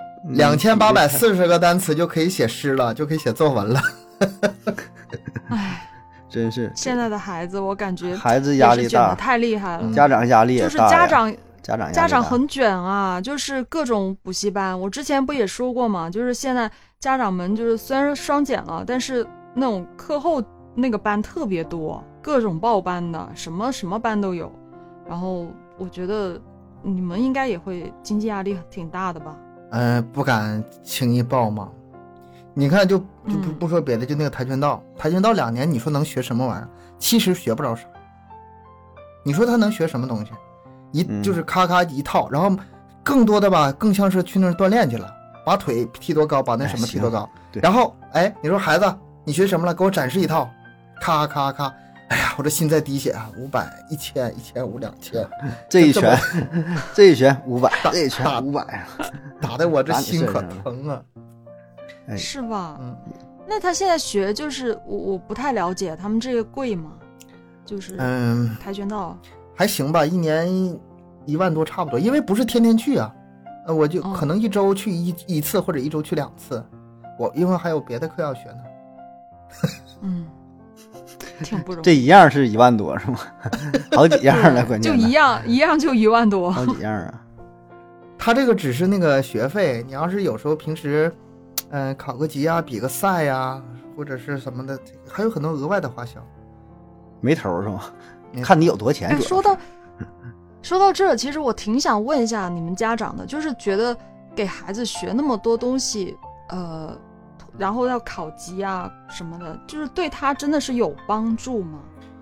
2840个单词就可以写诗了，就可以写作文了。 哎， 真是现在的孩子，我感觉孩子压力大， 太厉害了， 家长压力也大， 就是家长很卷啊，就是各种补习班。我之前不也说过嘛，就是现在家长们就是虽然双减了，但是那种课后那个班特别多，各种报班的，什么班都有。然后我觉得你们应该也会经济压力挺大的吧？ 不敢轻易报嘛。你看就不说别的，就那个跆拳道2年，你说能学什么玩意儿？其实学不着啥。你说他能学什么东西？就是咔咔一套，然后更多的吧，更像是去那儿锻炼去了，把腿踢多高，把那什么踢多高。然后你说孩子你学什么了？给我展示一套，咔咔咔。哎呀，我这心在滴血啊！500、1000、1500、2000，这一拳 500，这一拳500， 打的我这心可疼啊！ 是吧？那他现在学就是我不太了解，他们这个贵吗？就是跆拳道还行吧，一年1万多差不多，因为不是天天去啊，我就可能一周去一次或者一周去2次，我因为还有别的课要学呢。 挺不容易。 这一样是1万多是吗？好几样呢，关键就一样就1万多， 好几样啊。 他这个只是那个学费，你要是有时候平时考个级啊，比个赛呀，或者是什么的，还有很多额外的花销， 没头是吗？看你有多钱。 说到这，其实我挺想问一下你们家长的，就是觉得给孩子学那么多东西，然后要考级啊什么的，就是对他真的是有帮助吗？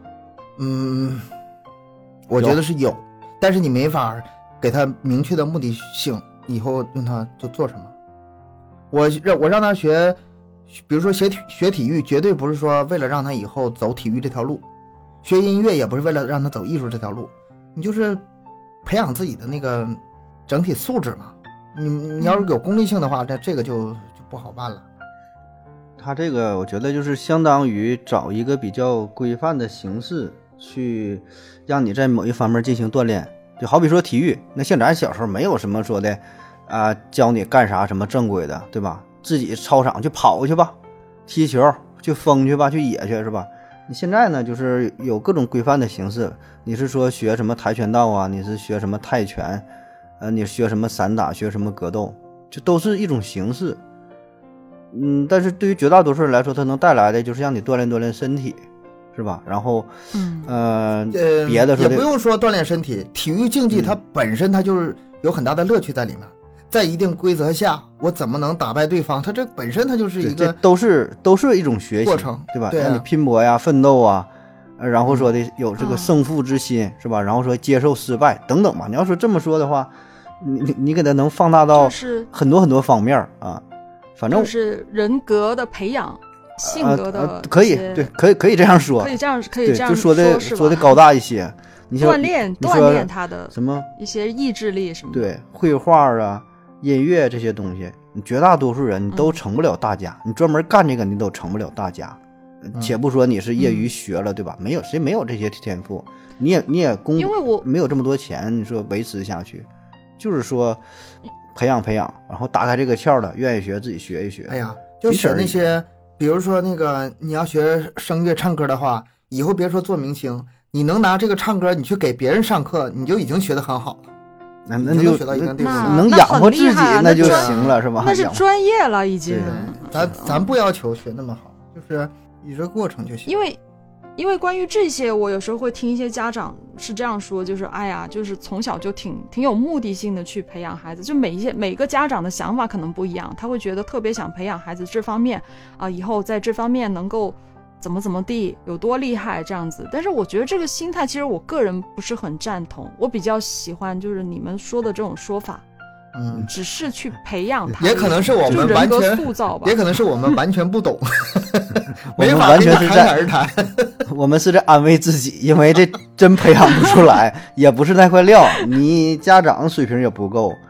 我觉得是有，但是你没法给他明确的目的性，以后用他就做什么。我让他学，比如说学体育，绝对不是说为了让他以后走体育这条路，学音乐也不是为了让他走艺术这条路，你就是培养自己的那个整体素质嘛。你要是有功利性的话，这个就不好办了。 他这个我觉得就是相当于找一个比较规范的形式去让你在某一方面进行锻炼，就好比说体育，那像咱小时候没有什么说的教你干啥什么正规的，对吧？自己操场去跑去吧，踢球去疯去吧，去野去是吧？你现在呢就是有各种规范的形式，你是说学什么跆拳道啊，你是学什么泰拳，你学什么散打，学什么格斗，就都是一种形式。但是对于绝大多数人来说，它能带来的就是让你锻炼锻炼身体，是吧？然后，别的说也不用说锻炼身体，体育竞技它本身它就是有很大的乐趣在里面，在一定规则下，我怎么能打败对方？它这本身它就是一个都是一种学习过程，对吧？让你拼搏呀、奋斗啊，然后说的有这个胜负之心，是吧？然后说接受失败等等吧。你要说这么说的话，你给它能放大到很多很多方面啊。反正就是人格的培养，性格的可以，对，可以这样说， 可以这样就说的高大一些。你锻炼他的什么一些意志力什么的， 对，绘画啊、音乐这些东西，你绝大多数人你都成不了大家，你专门干这个你都成不了大家。且不说你是业余学了，对吧？没有谁没有这些天赋，你也因为我没有这么多钱，你说维持下去，就是说。培养，然后打开这个窍的，愿意学自己学一学。 哎呀，就学那些，比如说那个你要学声乐唱歌的话，以后别说做明星，你能拿这个唱歌，你去给别人上课，你就已经学得很好了。 那就学到一定地步， 能养活自己，那就行了，是吧？ 那是专业了，已经。 咱不要求学那么好，就是以这个过程就行。 因为关于这些，我有时候会听一些家长是这样说，就是哎呀，就是从小就挺有目的性的去培养孩子，就每个家长的想法可能不一样，他会觉得特别想培养孩子这方面以后在这方面能够怎么地，有多厉害这样子。但是我觉得这个心态其实我个人不是很赞同，我比较喜欢就是你们说的这种说法。只是去培养他， 也可能是我们完全塑造吧， 也可能是我们完全不懂， 没法完全是侃侃而谈。 我们是在安慰自己，因为这真培养不出来，也不是那块料，你家长水平也不够，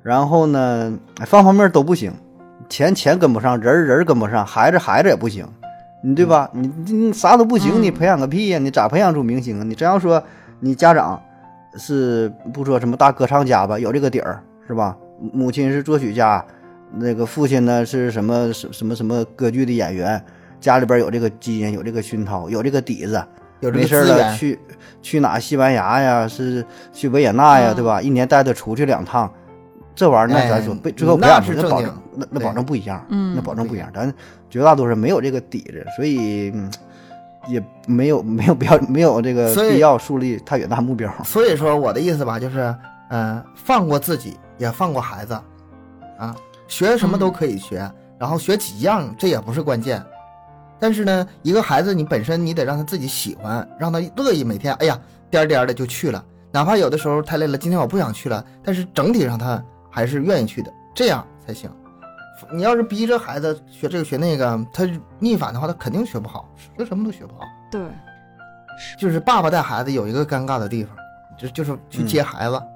然后呢，方方面面都不行，钱跟不上，人跟不上，孩子也不行，你对吧？你啥都不行，你培养个屁呀？你咋培养出明星啊？你真要说你家长是不说什么大歌唱家吧，有这个底儿是吧？母亲是作曲家，那个父亲呢是什么歌剧的演员，家里边有这个基因，有这个熏陶，有这个底子， 有这没事个资源了去哪西班牙呀，是去维也纳呀，对吧？一年带他出去2趟，这玩意儿那咱说最后培养出那保证那保证不一样，那保证不一样。咱绝大多数人没有这个底子，所以也没有这个必要树立太远大目标。 所以说我的意思吧，就是放过自己，也放过孩子啊。学什么都可以学，然后学几样这也不是关键。但是呢，一个孩子你本身你得让他自己喜欢，让他乐意每天哎呀颠颠的就去了，哪怕有的时候太累了，今天我不想去了，但是整体上他还是愿意去的，这样才行。你要是逼着孩子学这个学那个，他逆反的话，他肯定学不好，学什么都学不好。 对， 就是爸爸带孩子有一个尴尬的地方，就是去接孩子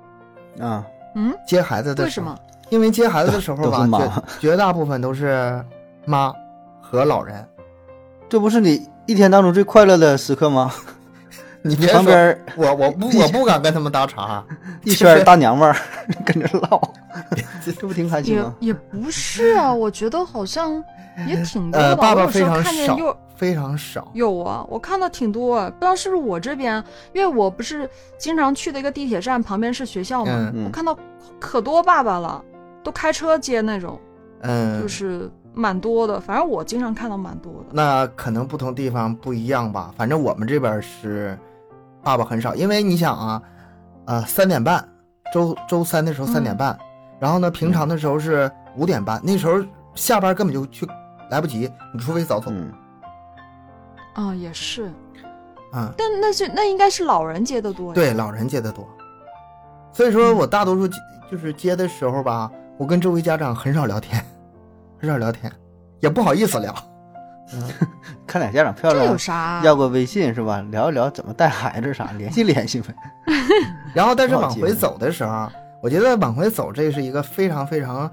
接孩子的时候，为什么？因为接孩子的时候吧，绝大部分都是妈和老人。 这不是你一天当中最快乐的时刻吗？ 你别说， 旁边我不敢跟他们搭茬， 一圈大娘们儿跟着唠，这不挺开心吗？ 也不是啊，我觉得好像也挺多的。 爸爸非常少，非常少。 有啊，我看到挺多，不知道是不是我这边，因为我不是经常去的一个地铁站旁边是学校嘛，我看到可多爸爸了，都开车接那种，就是蛮多的，反正我经常看到蛮多的。 那可能不同地方不一样吧，反正我们这边是爸爸很少，因为你想啊，3点半，周三的时候3点半，然后呢，平常的时候是5点半，那时候下班根本就去来不及，你除非早走。 也是，但那应该是老人接的多呀。 对，老人接的多，所以说我大多数就是接的时候吧，我跟周围家长很少聊天，也不好意思聊。 看俩家长漂亮， 这有啥？ 要个微信是吧？聊一聊怎么带孩子啥，联系呗。 然后，但是往回走的时候，我觉得往回走这是一个非常非常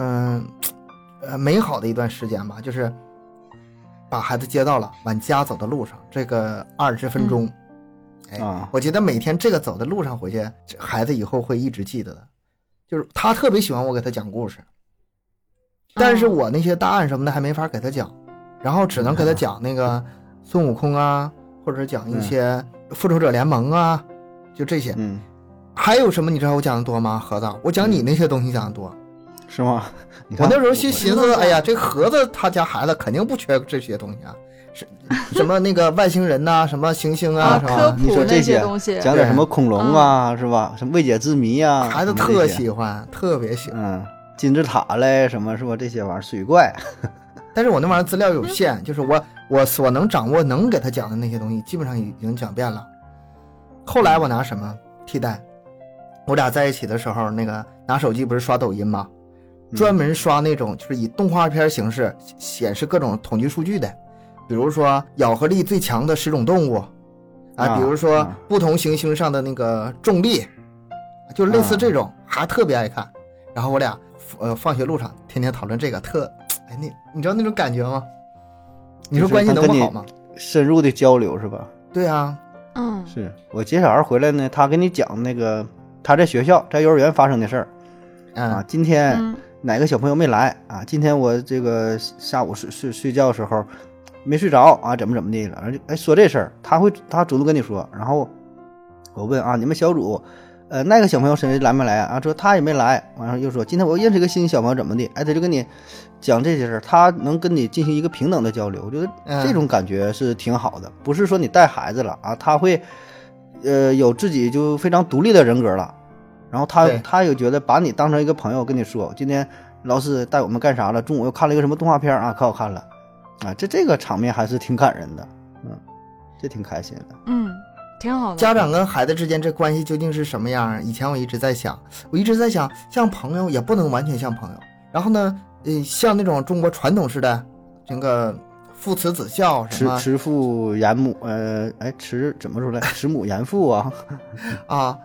美好的一段时间吧，就是把孩子接到了往家走的路上，这个20分钟，我觉得每天这个走的路上回去，孩子以后会一直记得的。就是他特别喜欢我给他讲故事，但是我那些答案什么的还没法给他讲，然后只能给他讲那个孙悟空啊，或者讲一些复仇者联盟啊，就这些。还有什么你知道我讲的多吗？盒子，我讲你那些东西讲的多， 是吗？ 我那时候寻思，哎呀，这盒子他家孩子肯定不缺这些东西啊，是什么那个外星人呐、什么行星啊，是吧？ 科普你说这些东西， 讲点什么恐龙啊，是吧？什么未解之谜啊， 孩子特喜欢，特别喜欢。 金字塔嘞，什么是吧？这些玩意儿，水怪。 但是我那玩意儿资料有限，就是我所能掌握能给他讲的那些东西，基本上已经讲遍了。后来我拿什么替代？我俩在一起的时候，那个拿手机不是刷抖音吗？专门刷那种就是以动画片形式显示各种统计数据的，比如说咬合力最强的10种动物啊，比如说不同行星上的那个重力，就类似这种，还特别爱看。然后我俩放学路上天天讨论这个，你知道那种感觉吗？你说关系能不好吗？ 深入的交流是吧？ 对啊， 是我接小孩回来呢，他跟你讲那个他在学校在幼儿园发生的事儿今天哪个小朋友没来啊？今天我这个下午睡觉的时候没睡着啊，怎么的了？说这事儿，他主动跟你说，然后我问你们小组那个小朋友谁来没来啊？说他也没来，完了又说今天我认识一个新小朋友怎么的？他就跟你讲这些事儿，他能跟你进行一个平等的交流，我觉得这种感觉是挺好的，不是说你带孩子了他会有自己就非常独立的人格了。然后他又觉得把你当成一个朋友跟你说，今天老师带我们干啥了？中午又看了一个什么动画片可好看了这个场面还是挺感人的，这挺开心的， 挺好的。 家长跟孩子之间这关系究竟是什么样？以前我一直在想，像朋友也不能完全像朋友。然后呢，像那种中国传统式的这个父慈子孝什么慈父严母，慈怎么说来？慈母严父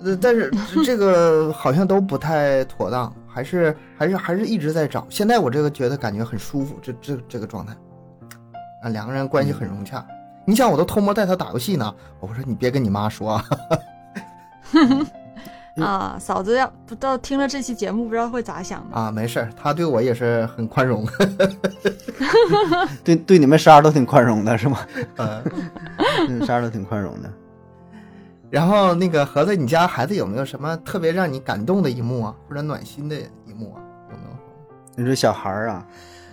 但是这个好像都不太妥当，还是一直在找。现在我这个觉得感觉很舒服，这个状态啊，两个人关系很融洽。你想，我都偷摸带他打游戏呢，我说你别跟你妈说啊。 啊，嫂子要不知道听了这期节目不知道会咋想的啊？没事，他对我也是很宽容。 对你们仨都挺宽容的是吗？仨都挺宽容的。 然后那个盒子，你家孩子有没有什么特别让你感动的一幕啊，或者暖心的一幕啊？有没有？ 你说小孩啊，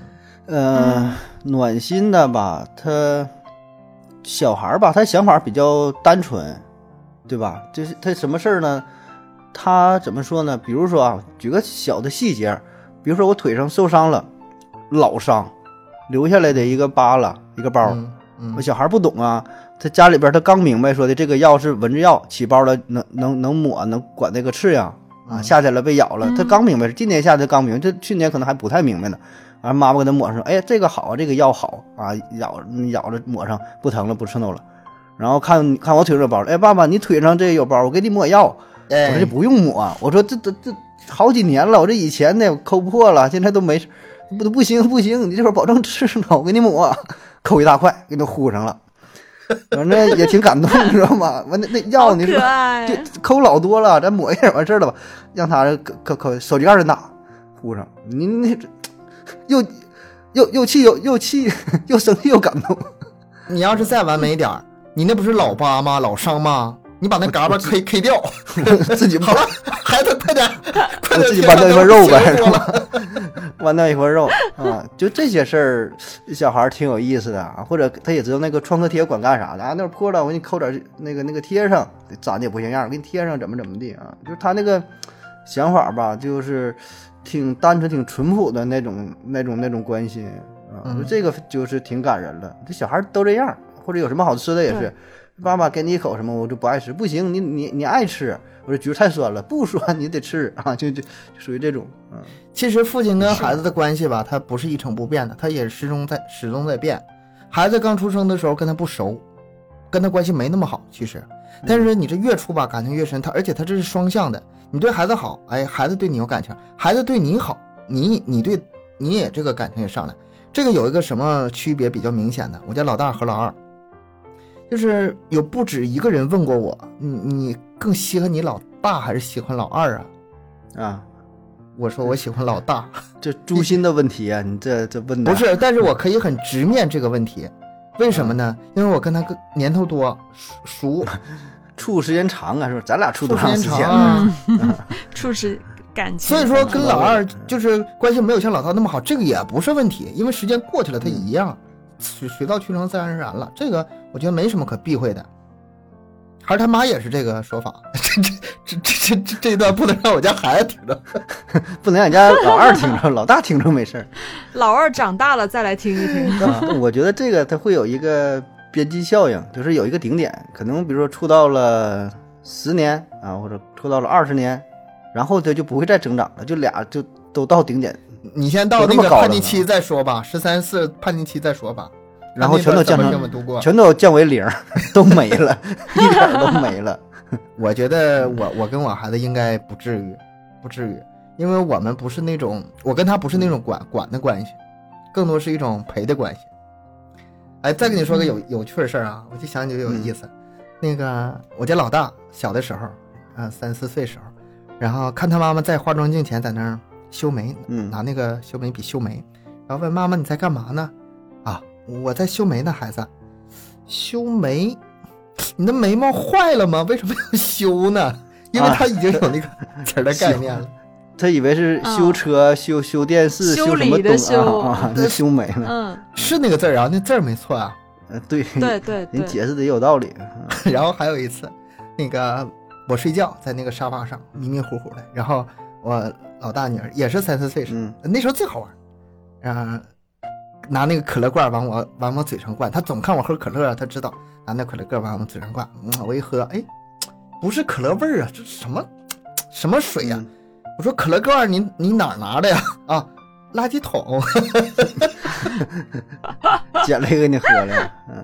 暖心的吧，小孩吧，他想法比较单纯，对吧？就是他什么事儿呢？他怎么说呢？比如说啊，举个小的细节，比如说我腿上受伤了，老伤，留下来的一个疤了，一个包。我小孩不懂啊，他家里边他刚明白说的这个药是蚊子药，起包了能抹，能管那个刺痒啊，夏天了被咬了，他刚明白，今年夏天刚明白，这去年可能还不太明白呢。完妈妈给他抹上，哎，这个好啊，这个药好啊，咬着抹上不疼了，不刺挠了。然后看我腿上有包，哎，爸爸你腿上这有包，我给你抹药。我说这不用抹，我说这好几年了，我这以前的抠破了，现在都没事，不行，你这会儿保证刺挠，我给你抹，抠一大块给你糊上了。反正也挺感动，你知道吗？完那药你说抠老多了，咱抹一点完事儿了吧？让他抠手机盖儿打糊上，你那又气又生气又感动。 你要是再完美一点，你那不是老疤吗？老伤吗？你把那嘎巴 K 掉， 自己好了，孩子快点， 自己搬掉一块肉呗，是吧？搬掉一块肉啊，就这些事儿，小孩挺有意思的啊。或者他也知道那个创可贴管干啥的啊，那破了我给你抠点那个贴上，粘的也不像样，我给你贴上怎么的啊？就是他那个想法吧，就是挺单纯、挺淳朴的那种关系啊。这个就是挺感人了。这小孩都这样，或者有什么好吃的也是。爸爸给你一口什么，我就不爱吃，不行，你爱吃，我说橘太酸了，不酸你得吃啊，就属于这种。 其实父亲跟孩子的关系吧，他不是一成不变的，他也始终在变。孩子刚出生的时候跟他不熟，跟他关系没那么好，其实，但是你这越处吧，感情越深，而且他这是双向的，你对孩子好，哎，孩子对你有感情，孩子对你好，你对你也这个感情也上来。这个有一个什么区别比较明显的？我家老大和老二。就是有不止一个人问过我，你更稀罕你老大还是喜欢老二啊？ 啊， 我说我喜欢老大， 这诛心的问题啊！你这问的不是，但是我可以很直面这个问题，为什么呢？因为我跟他年头多，熟， 处时间长啊，是吧？咱俩处多长时间啊？ 处是感情， 所以说跟老二就是关系没有像老大那么好，这个也不是问题，因为时间过去了，他一样。水到渠成，自然而然了，这个我觉得没什么可避讳的。还是他妈也是这个说法，这一段不能让我家孩子听着， 不能让你家老二听着，老大听着没事儿。 老二长大了再来听一听。 我觉得这个它会有一个边际效应，就是有一个顶点，可能比如说处到了10年啊，或者处到了20年，然后它就不会再增长了，就俩就都到顶点。 你先到那个叛逆期再说吧，13、14叛逆期再说吧， 然后全都降为0，都没了，一点都没了。 我觉得我跟我孩子应该不至于，因为我们不是那种，我跟他不是那种管的关系，更多是一种陪的关系。哎，再跟你说个有趣的事儿啊，我就想起就有意思。那个我家老大小的时候，3、4岁时候，然后看他妈妈在化妆镜前在那儿修眉，拿那个修眉笔修眉，然后问妈妈你在干嘛呢？啊，我在修眉呢，孩子。修眉？你的眉毛坏了吗？为什么要修呢？因为他已经有那个词的概念了。 他以为是修车、修电视、修什么东啊？修眉呢？ 是那个字啊，那字没错啊。 对，你解释的也有道理。 然后还有一次，那个我睡觉在那个沙发上迷迷糊糊的，然后我老大女儿也是3、4岁时，那时候最好玩，拿那个可乐罐往我嘴上灌，他总看我喝可乐，他知道拿那可乐罐往我嘴上灌，我一喝，哎，不是可乐味儿啊，这什么水呀？我说可乐罐你哪拿的呀？啊，垃圾桶， 捡了一个给你喝了。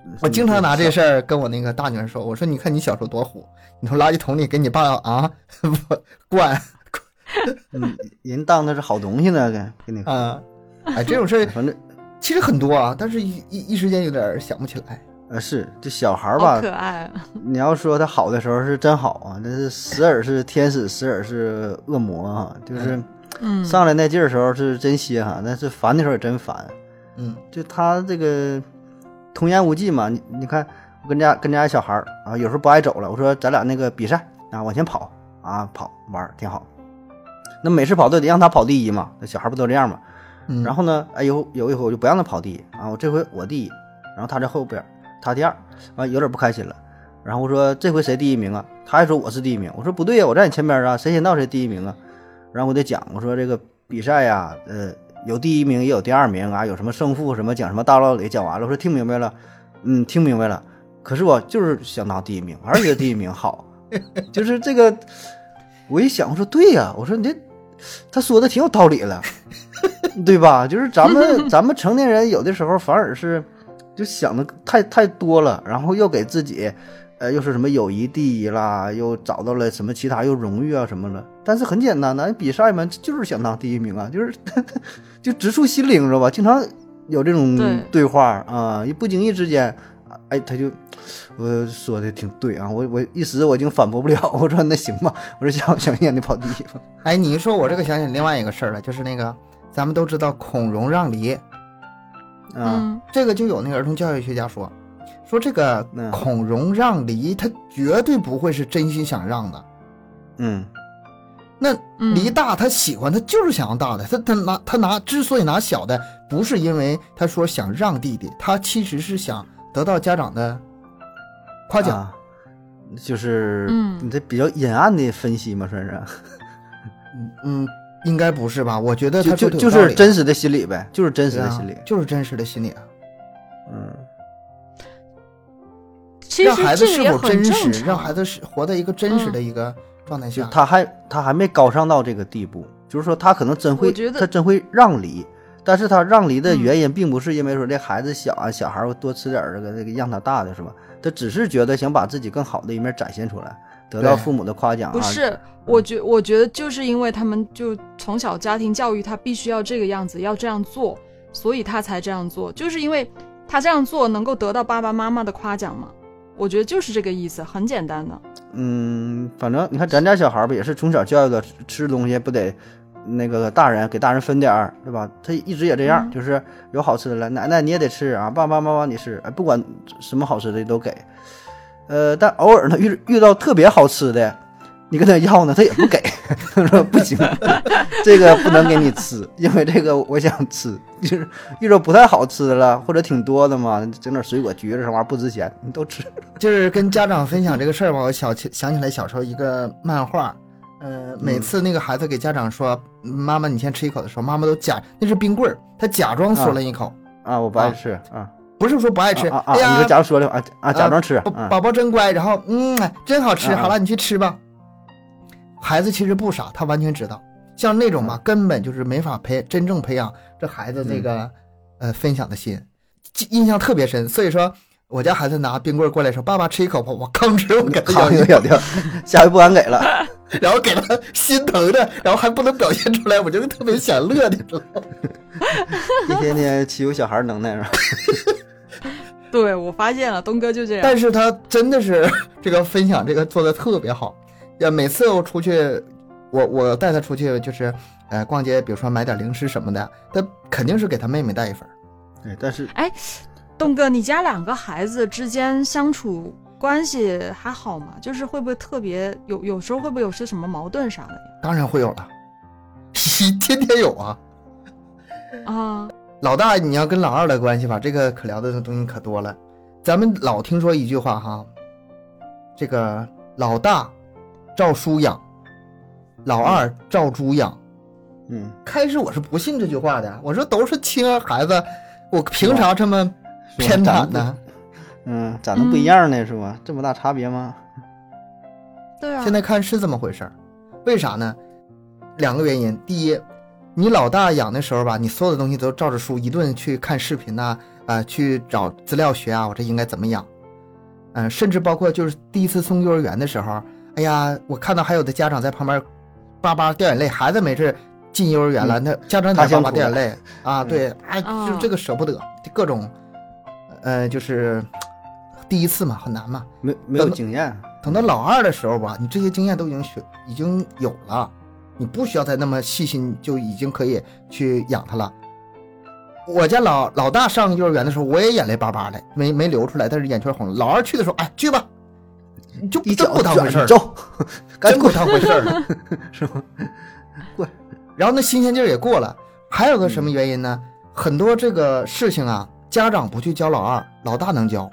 我经常拿这事儿跟我那个大女儿说，我说你看你小时候多虎，你从垃圾桶里给你爸灌， 人当的是好东西呢，给你啊，哎，这种事儿反正其实很多啊，但是一时间有点想不起来。 是这小孩吧， 好可爱啊。 你要说他好的时候是真好啊，但是时而是天使，时而是恶魔啊，就是上来那劲儿的时候是真稀罕，但是烦的时候也真烦。就他这个童言无忌嘛，你看我跟家小孩啊，有时候不爱走了，我说咱俩那个比赛啊，往前跑啊，跑玩挺好。那每次跑都得让他跑第一嘛，那小孩不都这样嘛？然后呢，哎有一回我就不让他跑第一啊，我这回我第一，然后他在后边，他第二，有点不开心了。然后我说这回谁第一名啊？他还说我是第一名。我说不对呀，我在你前边啊，谁先到谁第一名啊？然后我得讲，我说这个比赛呀，有第一名也有第二名啊，有什么胜负什么讲什么大道理讲完了。我说听明白了，听明白了。可是我就是想当第一名，而且第一名好，就是这个。我一想，我说对呀，我说你这他说的挺有道理了，对吧？就是咱们成年人有的时候反而是就想的太多了，然后又给自己又是什么友谊第一啦，又找到了什么其他又荣誉啊什么了。但是很简单的，比赛嘛就是想当第一名啊，就是就直触心灵，知道吧？经常有这种对话啊，一不经意之间，哎，他就我说的挺对啊，我一时我已经反驳不了，我说那行吧，我说想让你跑第一吧。 哎，你一说我这个想起另外一个事儿了，就是那个咱们都知道孔融让梨，这个就有那个儿童教育学家说这个孔融让梨，他绝对不会是真心想让的。那梨大他喜欢，他就是想要大的，他拿之所以拿小的，不是因为他说想让弟弟，他其实是想得到家长的夸奖。 就是你这比较阴暗的分析嘛，算是。 应该不是吧？我觉得他就是真实的心理呗，就是真实的心理， 就是真实的心理啊。 其实让孩子是否真实， 让孩子活在一个真实的一个状态下。 他还没高尚到这个地步，就是说他可能真会让梨，但是他让梨的原因并不是因为说这孩子小啊，小孩多吃点这个让他大的是吧？他只是觉得想把自己更好的一面展现出来，得到父母的夸奖。 不是，我觉得就是因为他们就从小家庭教育他必须要这个样子，要这样做，所以他才这样做，就是因为他这样做能够得到爸爸妈妈的夸奖嘛。我觉得就是这个意思，很简单的。 反正你看咱家小孩吧，也是从小教育的，吃东西不得那个大人给大人分点儿，对吧？他一直也这样，就是有好吃的了，奶奶你也得吃啊，爸爸妈妈你吃，不管什么好吃的都给。但偶尔呢遇到特别好吃的，你跟他要呢，他也不给，他说不行，这个不能给你吃，因为这个我想吃。就是遇到不太好吃的了，或者挺多的嘛，整点水果、橘子什么玩意儿不值钱，你都吃。 就是跟家长分享这个事儿吧，我想起来小时候一个漫画，每次那个孩子给家长说：“妈妈，你先吃一口”的时候，妈妈都那是冰棍儿，他假装说了一口我不爱吃不是说不爱吃哎呀，你说假如说了假装吃， 宝宝真乖，然后真好吃，好了，你去吃吧。孩子其实不傻，他完全知道，像那种嘛，根本就是没法真正培养这孩子这个分享的心，印象特别深。所以说我家孩子拿冰棍过来说：“爸爸吃一口吧。”我吭哧我给他咬掉，下回不敢给了。 然后给他心疼的，然后还不能表现出来，我就特别想乐的，知道吗？ 一天天欺负小孩能耐是吧？ 对，我发现了，东哥就这样。 但是他真的是这个分享这个做的特别好。每次我出去，我带他出去就是逛街，比如说买点零食什么的，他肯定是给他妹妹带一份。 但是东哥，你家2个孩子之间相处关系还好吗？就是会不会特别有时候会不会有些什么矛盾啥的？ 当然会有了，天天有啊。老大你要跟老二的关系吧，这个可聊的东西可多了。咱们老听说一句话哈，这个老大照书养，老二照猪养。开始我是不信这句话的，我说都是亲儿孩子，我凭啥这么偏袒呢？ 咋能不一样呢？是吧？这么大差别吗？ 对啊。 现在看是这么回事，为啥呢？2个原因。第一， 你老大养的时候吧，你所有的东西都照着书一顿去看视频呐，去找资料学啊，我这应该怎么养？甚至包括就是第一次送幼儿园的时候，哎呀，我看到还有的家长在旁边叭叭掉眼泪，孩子没事进幼儿园了，那家长在叭叭掉眼泪啊，对，就这个舍不得，各种，就是第一次嘛，很难嘛， 没有经验。 等到老二的时候吧，你这些经验都已经有了，你不需要再那么细心，就已经可以去养他了。我家老大上幼儿园的时候，我也眼泪巴巴的，没流出来，但是眼圈红了。老二去的时候，哎，去吧，你就真不当回事儿，真不当回事儿了， 是吗？过， 然后那新鲜劲儿也过了。还有个什么原因呢？很多这个事情啊，家长不去教老二，老大能教。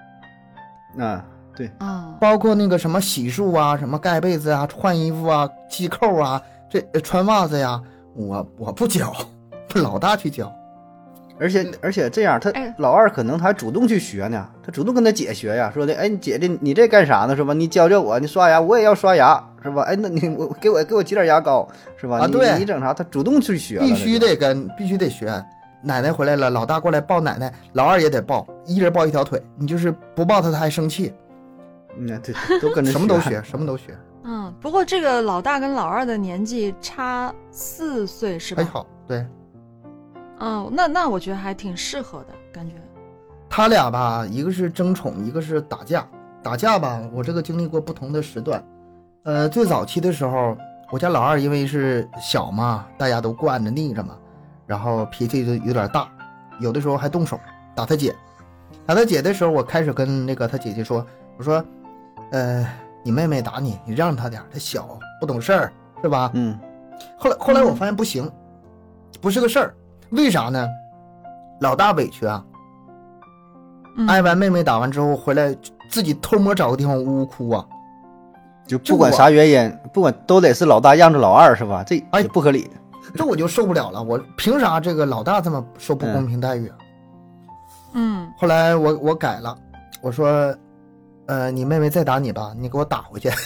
对包括那个什么洗漱啊，什么盖被子啊，换衣服啊，系扣啊，这穿袜子呀，我不教，老大去教。 而且这样，他老二可能还主动去学呢，他主动跟他姐学呀，说的，哎，姐姐你这干啥呢，是吧？你教教我，你刷牙，我也要刷牙，是吧？哎，那你给我挤点牙膏，是吧？ 对， 你整啥？他主动去学， 必须得学。奶奶回来了，老大过来抱奶奶，老二也得抱，一人抱一条腿，你就是不抱他还生气。 对，都跟着什么都学，什么都学。 不过这个老大跟老二的年纪差4岁是吧？ 还好，对。 那我觉得还挺适合的感觉。 他俩吧，一个是争宠，一个是打架。打架吧，我这个经历过不同的时段。最早期的时候，我家老二因为是小嘛，大家都惯着腻着嘛，然后脾气就有点大，有的时候还动手打他姐。打他姐的时候，我开始跟那个他姐姐说，我说，你妹妹打你，你让他点，他小不懂事儿，是吧？后来我发现不行，不是个事儿。为啥呢？老大委屈啊，挨完妹妹打完之后回来，自己偷摸找个地方呜呜哭啊， 就不管啥原因，不管都得是老大让着老二，是吧？这也不合理。 这我就受不了了，我凭啥这个老大这么受不公平待遇啊？后来我改了，我说，你妹妹再打你吧，你给我打回去，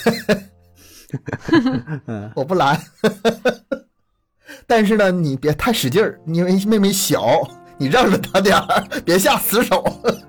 我不拦。但是呢，你别太使劲儿，因为妹妹小，你让着她点儿，别下死手。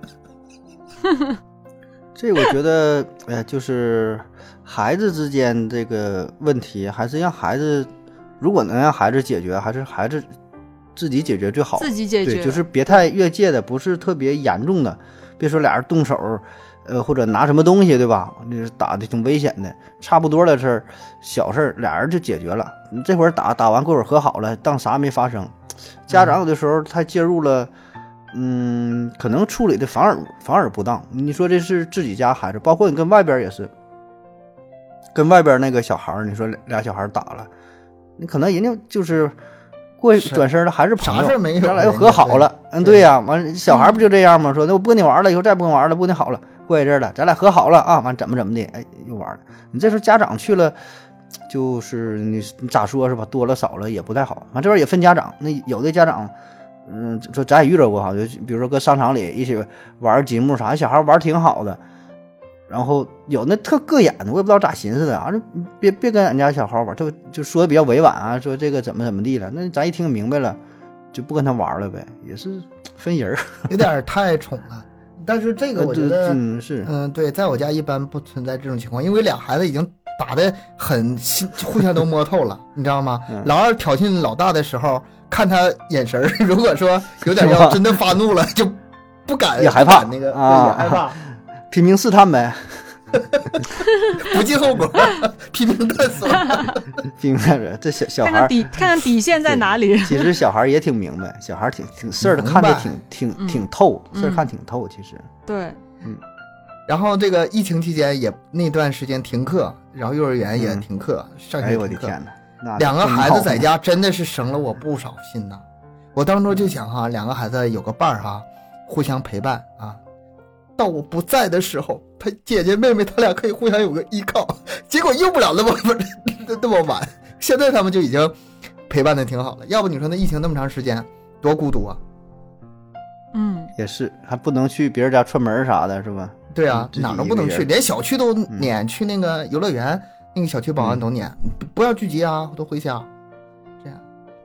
这我觉得，就是孩子之间这个问题，还是让孩子，如果能让孩子解决，还是孩子自己解决最好。 自己解决， 对，就是别太越界的，不是特别严重的，别说俩人动手。或者拿什么东西，对吧？那打的挺危险的，差不多的事儿，小事儿，俩人就解决了。你这会儿打完，过会儿和好了，当啥没发生。家长有的时候太介入了，可能处理的反而不当。你说这是自己家孩子，包括你跟外边也是，跟外边那个小孩，你说俩小孩打了，你可能人家就是过转身了，还是朋友， 啥事没有， 咱俩又和好了。对呀，完小孩不就这样吗？说那我不跟你玩了，以后再不跟你玩了，不跟你好了。过一阵了，咱俩和好了啊，完怎么的，哎，又玩了。你这时候家长去了，就是你咋说是吧？多了少了也不太好。完这边也分家长，那有的家长，说咱也遇到过哈，就比如说搁商场里一起玩积木啥，小孩玩挺好的，然后有那特膈眼的，我也不知道咋寻思的啊，别跟俺家小孩玩，就说的比较委婉啊，说这个怎么地了，那咱一听明白了，就不跟他玩了呗，也是分人， 有点太宠了。但是这个我觉得， 是， 对，在我家一般不存在这种情况，因为俩孩子已经打得很互相都摸透了，你知道吗？老二挑衅老大的时候，看他眼神，如果说有点要真的发怒了，就不敢， 也害怕那个，也害怕， 拼命试探呗。 不计后果，批评探索， 拼命这小孩看看底线在哪里。 其实小孩也挺明白，小孩挺事儿的，看得挺透，事儿看挺透。其实对， 然后这个疫情期间也那段时间停课，然后幼儿园也停课，上学停课。 哎呦我的天哪！ 两个孩子在家真的是省了我不少心呐。我当初就想哈，两个孩子有个伴儿哈，互相陪伴啊。到我不在的时候，他姐姐妹妹他俩可以互相有个依靠，结果用不了那么晚。现在他们就已经陪伴的挺好了，要不你说那疫情那么长时间多孤独啊。 也是，还不能去别人家串门啥的，是吧？ 对啊，哪都不能去，连小区都撵，去那个游乐园那个小区保安都撵，不要聚集啊，都回家。这样。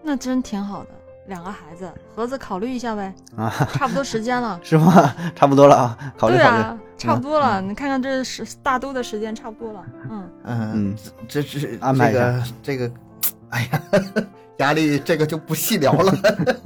那真挺好的，2个孩子，盒子考虑一下呗。 啊， 差不多时间了。 是吗？差不多了啊，考虑考虑。 对啊，差不多了。你看看这大都的时间差不多了。 这是安排一下这个，哎呀，压力这个就不细聊了。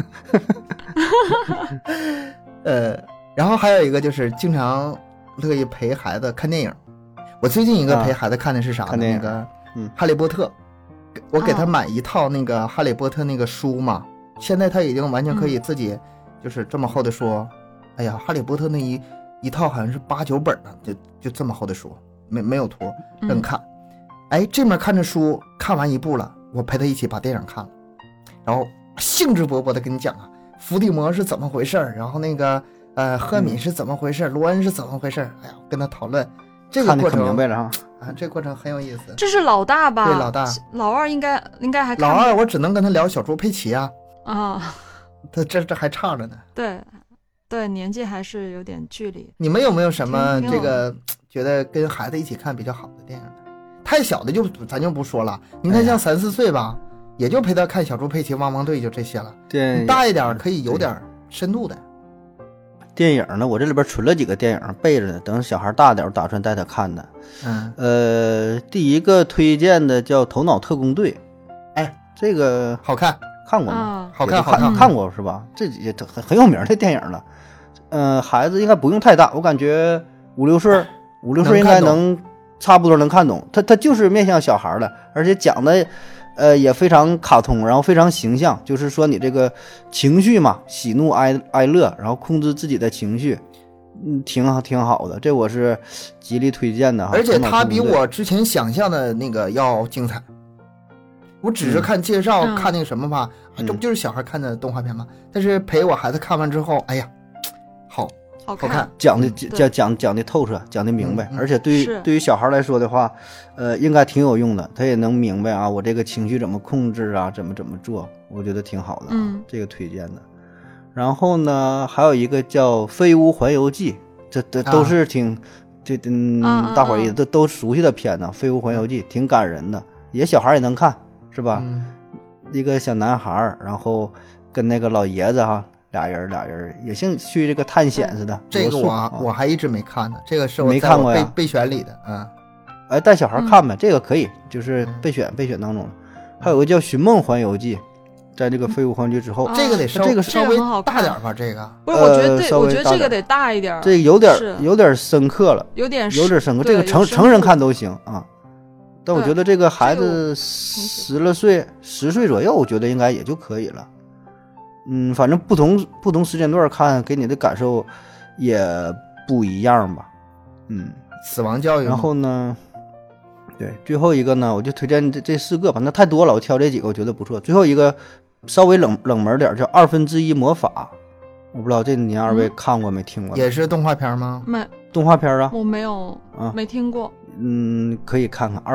然后还有一个就是经常乐意陪孩子看电影。我最近一个陪孩子看的是啥呢？那个哈利波特，我给他买一套那个哈利波特那个书嘛。现在他已经完全可以自己，就是这么厚的书。哎呀，哈利波特那一套好像是8、9本呢，就这么厚的书，没有图，任看。哎，这面看着书，看完一部了，我陪他一起把电影看了，然后兴致勃勃的跟你讲啊，伏地魔是怎么回事，然后那个赫敏是怎么回事，罗恩是怎么回事。哎呀，跟他讨论这个过程， 看得可明白了哈。 这个过程很有意思。 这是老大吧？ 对，老大。 老二应该还看。 老二我只能跟他聊小猪佩奇啊。 啊， 他这还差着呢。 对，年纪还是有点距离。 你们有没有什么这个觉得跟孩子一起看比较好的电影呢？太小的咱就不说了。你看像3、4岁吧，也就陪他看小猪佩奇、汪汪队就这些了。 对， 大一点可以有点深度的。 电影呢，我这里边存了几个电影备着呢，等小孩大点我打算带他看的。第一个推荐的叫《头脑特工队》。 哎， 这个好看。 看过吗？ 好看， 看过是吧？这也很有名的电影了。孩子应该不用太大，我感觉5、6岁应该差不多能看懂。他就是面向小孩的，而且讲的也非常卡通，然后非常形象。就是说你这个情绪嘛，喜怒哀乐，然后控制自己的情绪，挺好的。这我是极力推荐的哈。 而且他比我之前想象的那个要精彩。我只是看介绍，看那个什么吧，这不就是小孩看的动画片吗？但是陪我孩子看完之后，哎呀，好看， 讲的透彻，讲的明白，而且对于小孩来说的话，应该挺有用的，他也能明白啊，我这个情绪怎么控制啊，怎么做，我觉得挺好的啊，这个推荐的。然后呢，还有一个叫《飞屋环游记》，这都是大伙儿也都熟悉的片子，《飞屋环游记》挺感人的，也小孩也能看。是吧？一个小男孩，然后跟那个老爷子哈，俩人也像去这个探险似的。 这个我还一直没看呢，这个是我没看过呀， 备选里的啊。 哎，带小孩看呗，这个可以，就是备选当中。还有个叫《寻梦环游记》，在这个飞屋环游记之后， 这个得稍微大点吧？这个不是，我觉得这个得大一点， 这有点深刻了，有点深刻，这个成人看都行啊。但我觉得这个孩子10岁左右，我觉得应该也就可以了。反正不同时间段看，给你的感受也不一样吧。 死亡教育。 然后呢，对，最后一个呢，我就推荐这4个吧，那太多了，我挑这几个我觉得不错。最后一个稍微冷门点，叫1/2魔法，我不知道这您2位看过没听过？ 也是动画片吗？ 没， 动画片啊？ 我没有没听过。 可以看看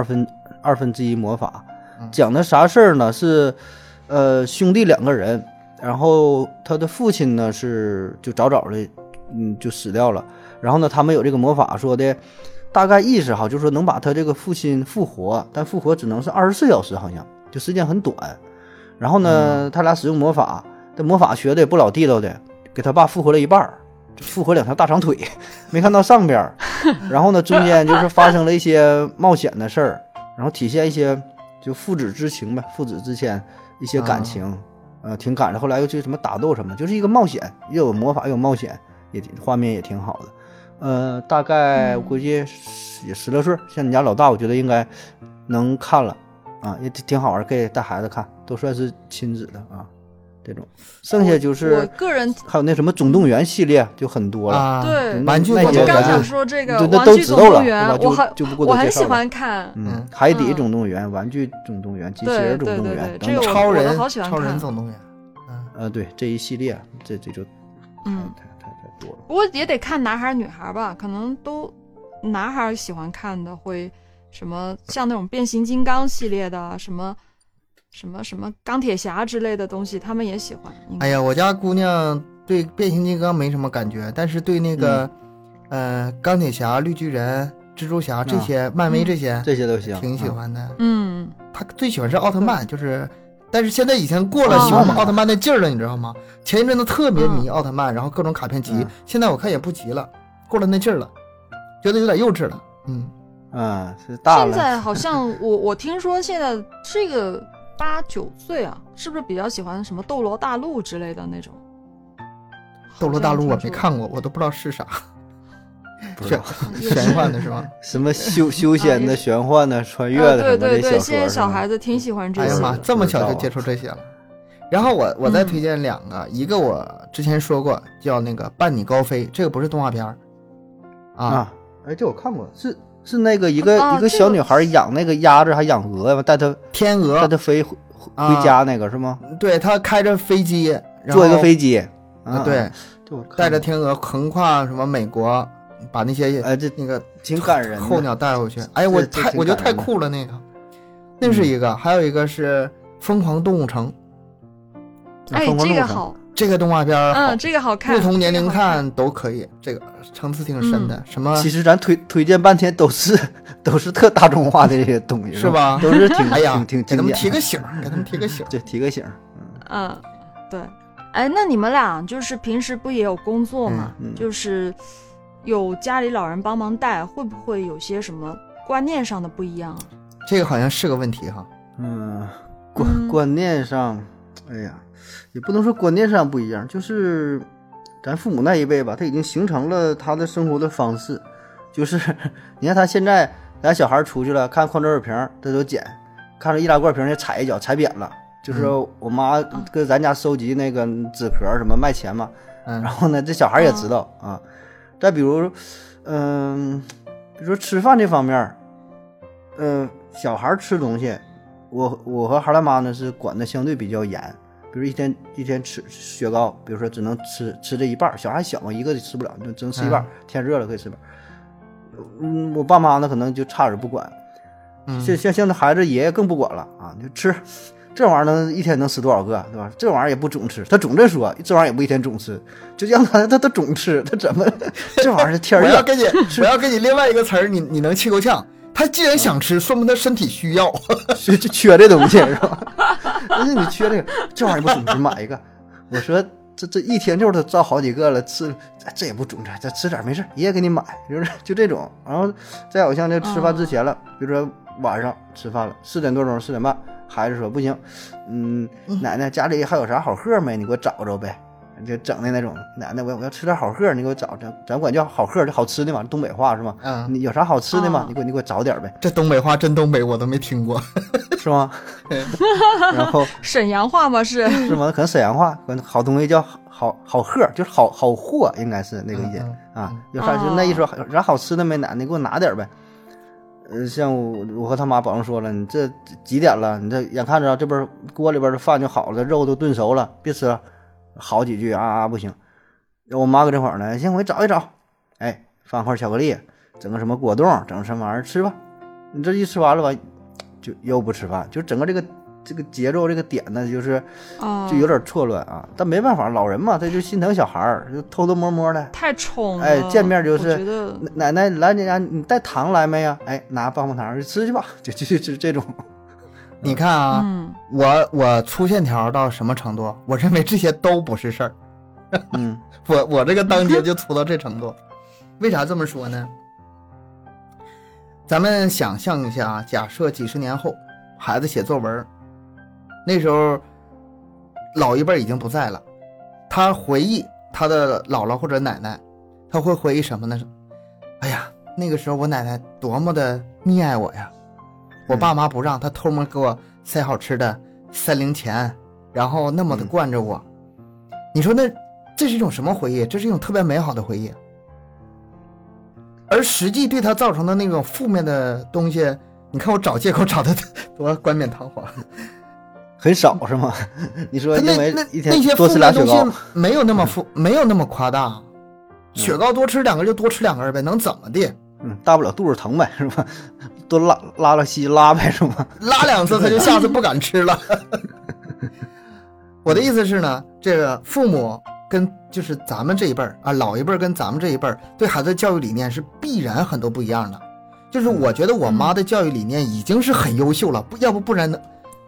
1/2魔法，讲的啥事儿呢？是兄弟2个人，然后他的父亲呢就早的就死掉了，然后呢他们有这个魔法，说的大概意思哈，就是说能把他这个父亲复活，但复活只能是24小时，好像就时间很短。然后呢他俩使用魔法，这魔法学的也不老地道的，给他爸复活了一半，复活2条大长腿，没看到上边。然后呢中间就是发生了一些冒险的事儿，然后体现一些就父子之情呗，父子之间一些感情，挺感人。后来又去什么打斗什么，就是一个冒险，又有魔法又有冒险，画面也挺好的。大概我估计也10来岁，像你家老大，我觉得应该能看了啊，也挺好玩，可以带孩子看，都算是亲子的啊。这种，剩下就是我个人还有那什么总动员系列就很多了。 对， 玩具我就刚想说这个玩具总动员，我很喜欢看。 海底总动员、玩具总动员、机器人总动员等等， 超人总动员。对，这一系列这就太多了。 不过也得看男孩女孩吧，可能都男孩喜欢看的会什么像那种变形金刚系列的什么钢铁侠之类的东西，他们也喜欢。 哎呀，我家姑娘对变形金刚没什么感觉，但是对那个钢铁侠、绿巨人、蜘蛛侠这些，漫威这些都行， 挺喜欢的。 嗯， 她最喜欢是奥特曼，就是但是现在已经过了喜欢奥特曼的劲儿了，你知道吗？前一阵子特别迷奥特曼，然后各种卡片集，现在我看也不急了，过了那劲儿了，觉得有点幼稚了。 是大了。 现在好像我听说现在这个8、9岁啊，是不是比较喜欢什么斗罗大陆之类的那种？ 斗罗大陆我没看过，我都不知道是啥。玄幻的是吧？ 什么休闲的、玄幻的、穿越的， 对，现在小孩子挺喜欢这些。 哎呀妈，这么小就接触这些了。然后我再推荐2个，一个我之前说过，叫那个伴你高飞，这个不是动画片啊。 哎，这我看过，是那个一个小女孩养那个鸭子还养鹅，带它天鹅带它飞回家那个是吗？ 对，他开着飞机， 坐一个飞机， 对，带着天鹅横跨什么美国。把那些那个挺感人候鸟带回去，哎，我觉得太酷了，那是一个，还有一个是疯狂动物城。 哎，这个好， 这个动画片这个好看， 不同年龄看都可以，这个层次挺深的。什么？ 其实咱推荐半天都是特大众化的这些东西， 是吧？ 都是挺给他们提个醒， 对，提个醒。 对。哎，那你们俩就是平时不也有工作吗？就是有家里老人帮忙带，会不会有些什么观念上的不一样啊？ 这个好像是个问题哈。 观念上，哎呀，也不能说观念上不一样，就是咱父母那一辈吧，他已经形成了他的生活的方式。就是你看他现在，咱小孩出去了，看矿泉水瓶，他都捡，看着易拉罐瓶就踩一脚，踩扁了。就是我妈跟咱家收集那个纸壳什么卖钱嘛，然后呢，这小孩也知道啊。再比如，比如说吃饭这方面，小孩吃东西，我和孩他妈呢是管的相对比较严。比如一天吃雪糕，比如说只能吃这一半，小孩小嘛，一个吃不了，就只能吃一半。天热了可以吃一半。我爸妈呢可能就差点不管，像那孩子爷爷更不管了啊，就吃。这玩意儿一天能吃多少个，对吧？这玩意儿也不总吃，他总这说，这玩意儿也不一天总吃，就让他总吃，他怎么这玩意儿天热？ 我要给你另外一个词儿，你能气够呛。他既然想吃，说明他身体需要， 就缺这东西是吧？但是你缺这个，这玩意儿不总吃，买一个。我说这一天就是他造好几个了，吃这也不总吃，再吃点没事，爷爷给你买，就这种。然后再有像这吃饭之前了，比如说晚上吃饭了，4点多钟4点半。孩子说不行，奶奶家里还有啥好货没？你给我找着呗，就整的那种。奶奶，我要吃点好货，你给我找着。咱管叫好货，就好吃的嘛，东北话是吗？你有啥好吃的吗？你给我找点呗。 这东北话真东北，我都没听过， 是吗？然后沈阳话吗？是吗？可能沈阳话，好东西叫好货，就是好货，应该是那个音啊。有啥就那意思，有啥好吃的没？奶奶给我拿点呗。像我和他妈保证说了，你这几点了？你这眼看着这边锅里边的饭就好了，肉都炖熟了，别吃了。好几句不行。我妈搁这会儿呢，行，我给找一找。哎，放块巧克力，整个什么果冻，整什么玩意儿吃吧。你这一吃完了吧，就又不吃饭，就整个这个节奏这个点呢，就是就有点错乱啊。但没办法，老人嘛，他就心疼小孩儿，就偷偷摸摸的， 太宠了。 哎，见面就是奶奶来你家，你带糖来没呀？哎，拿棒棒糖吃去吧，就这种。 你看啊，我粗线条到什么程度？我认为这些都不是事儿。我这个当爹就粗到这程度。为啥这么说呢？咱们想象一下啊，假设几十年后，孩子写作文。那时候老一辈已经不在了，他回忆他的姥姥或者奶奶，他会回忆什么呢？哎呀，那个时候我奶奶多么的溺爱我呀，我爸妈不让，他偷摸给我塞好吃的3零钱，然后那么的惯着我。你说这是一种什么回忆？这是一种特别美好的回忆。而实际对他造成的那种负面的东西，你看我找借口找的多冠冕堂皇。 很少是吗？你说因为一天那些多吃俩雪糕， 没有那么没有那么夸大。雪糕多吃2根就多吃2根呗，能怎么的？ 大不了肚子疼呗，是吧？多拉稀拉呗，是吗？ 拉2次他就下次不敢吃了。我的意思是呢，这个父母跟就是咱们这一辈啊，老一辈跟咱们这一辈对孩子的教育理念是必然很多不一样的。就是我觉得我妈的教育理念已经是很优秀了，要不然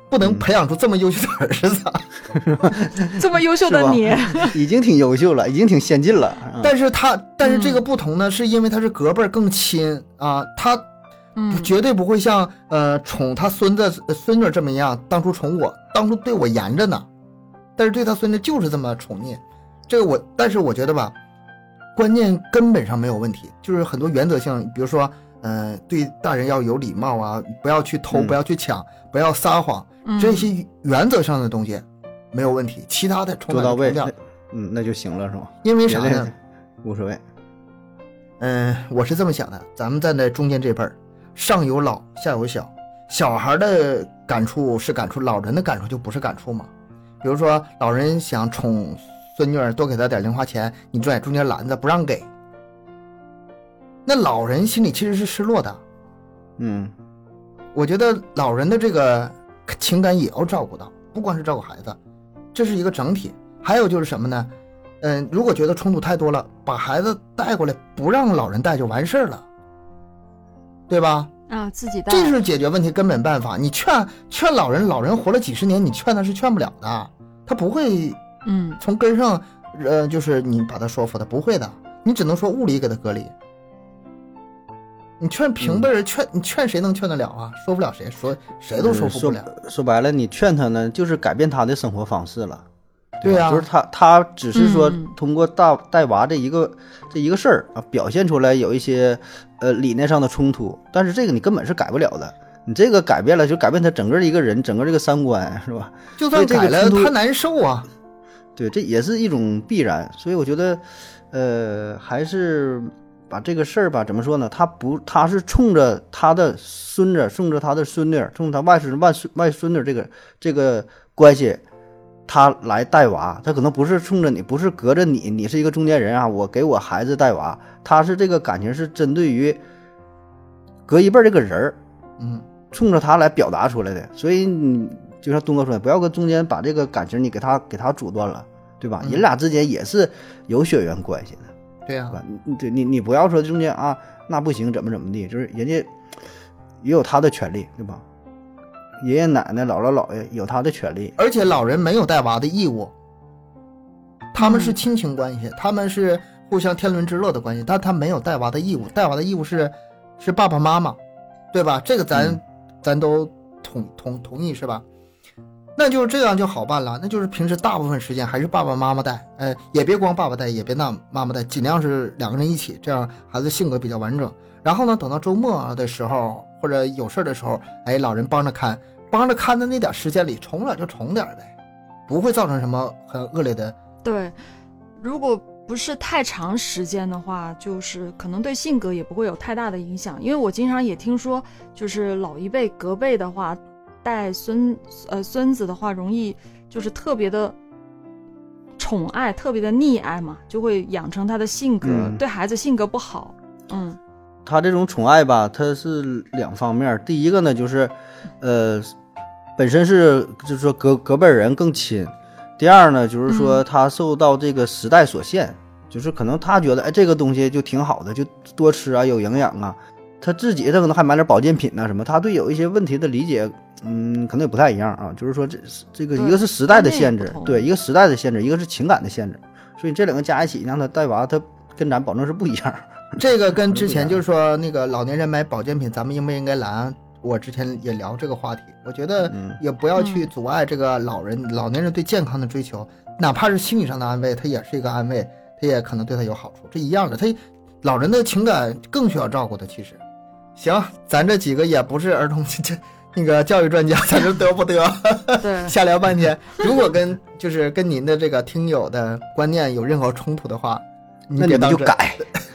不能培养出这么优秀的儿子。 这么优秀的你， 已经挺优秀了，已经挺先进了。 但是这个不同呢，是因为他是隔辈儿更亲啊，他绝对不会像宠他孙子孙女这么样，当初宠我，当初对我严着呢，但是对他孙子就是这么宠溺。这个但是我觉得吧，观念根本上没有问题，就是很多原则性，比如说对大人要有礼貌啊，不要去偷，不要去抢，不要撒谎，这些原则上的东西没有问题，其他的做到位，那就行了，是吧？ 因为啥呢？ 无所谓。 我是这么想的，咱们站在中间这辈儿，上有老下有小，小孩的感触是感触，老人的感触就不是感触嘛。比如说老人想宠孙女儿，多给他点零花钱，你在中间拦着不让给，那老人心里其实是失落的。我觉得老人的这个情感也要照顾到，不光是照顾孩子，这是一个整体。还有就是什么呢？如果觉得冲突太多了，把孩子带过来，不让老人带就完事儿了，对吧？ 自己带， 这是解决问题根本办法。你劝老人，老人活了几十年，你劝他是劝不了的，他不会，从根上，就是你把他说服的，不会的，你只能说物理给他隔离。你劝平辈人，你劝谁能劝得了啊？说不了谁，谁都说服不了。 说白了，你劝他呢，就是改变他的生活方式了。 对呀， 就是他只是说通过带娃这一个事儿啊，表现出来有一些理念上的冲突，但是这个你根本是改不了的。你这个改变了，就改变他整个的一个人，整个这个三观，是吧？ 就算改了，他难受啊。 对，这也是一种必然。所以我觉得，还是把这个事儿吧，怎么说呢？他是冲着他的孙子，冲着他的孙女，冲着他外孙女这个关系。他来带娃，他可能不是冲着你，不是隔着你是一个中间人啊，我给我孩子带娃，他是这个感情是针对于隔一辈这个人儿，冲着他来表达出来的。所以你就像东哥说的，不要搁中间把这个感情你给他阻断了，对吧？人俩之间也是有血缘关系的， 对呀， 你不要说中间啊，那不行，怎么地，就是人家也有他的权利，对吧？爷爷奶奶姥姥姥爷有他的权利， 而且老人没有带娃的义务，他们是亲情关系，他们是互相天伦之乐的关系，但他没有带娃的义务，带娃的义务是爸爸妈妈，对吧？这个咱都同意是吧？那就这样就好办了，那就是平时大部分时间还是爸爸妈妈带，也别光爸爸带，也别让妈妈带，尽量是两个人一起，这样孩子性格比较完整。然后呢，等到周末的时候或者有事的时候，老人帮着看的那点时间里，宠点就宠点呗，不会造成什么很恶劣的。 对，如果不是太长时间的话，就是可能对性格也不会有太大的影响。因为我经常也听说，就是老一辈隔辈的话，带孙子的话，容易就是特别的宠爱，特别的溺爱嘛，就会养成他的性格，对孩子性格不好。 他这种宠爱吧，他是两方面。第一个呢，就是本身就是说隔辈人更亲。第二呢，就是说他受到这个时代所限，就是可能他觉得这个东西就挺好的，就多吃啊，有营养啊。他自己他可能还买点保健品啊什么，他对有一些问题的理解可能也不太一样啊。就是说这个一个是时代的限制，对，一个时代的限制，一个是情感的限制，所以这两个加一起让他带娃，他跟咱保证是不一样。 这个跟之前就是说那个老年人买保健品，咱们应不应该拦？我之前也聊这个话题，我觉得也不要去阻碍这个老年人对健康的追求，哪怕是心理上的安慰，它也是一个安慰，它也可能对他有好处，这一样的。他老人的情感更需要照顾的，其实。行，咱这几个也不是儿童那个教育专家，咱这得不得？对，瞎聊半天。如果跟您的这个听友的观念有任何冲突的话， 那你们就改。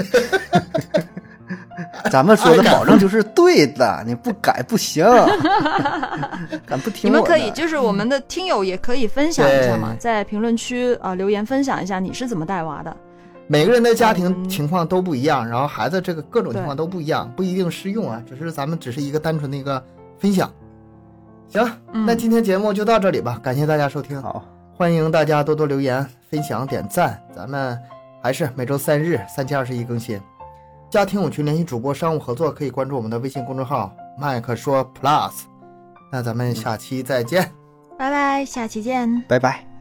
咱们说的保证就是对的，你不改不行。敢不听我的？ 你们可以就是我们的听友也可以分享一下嘛，在评论区留言分享一下你是怎么带娃的。 每个人的家庭情况都不一样，然后孩子这个各种情况都不一样，不一定适用啊，咱们只是一个单纯的一个分享。行，那今天节目就到这里吧，感谢大家收听。 好， 欢迎大家多多留言、分享、点赞，咱们还是每周3日3期21更新。加听友群联系主播商务合作，可以关注我们的微信公众号麦克说 Plus， 那咱们下期再见， 拜拜，下期见， 拜拜。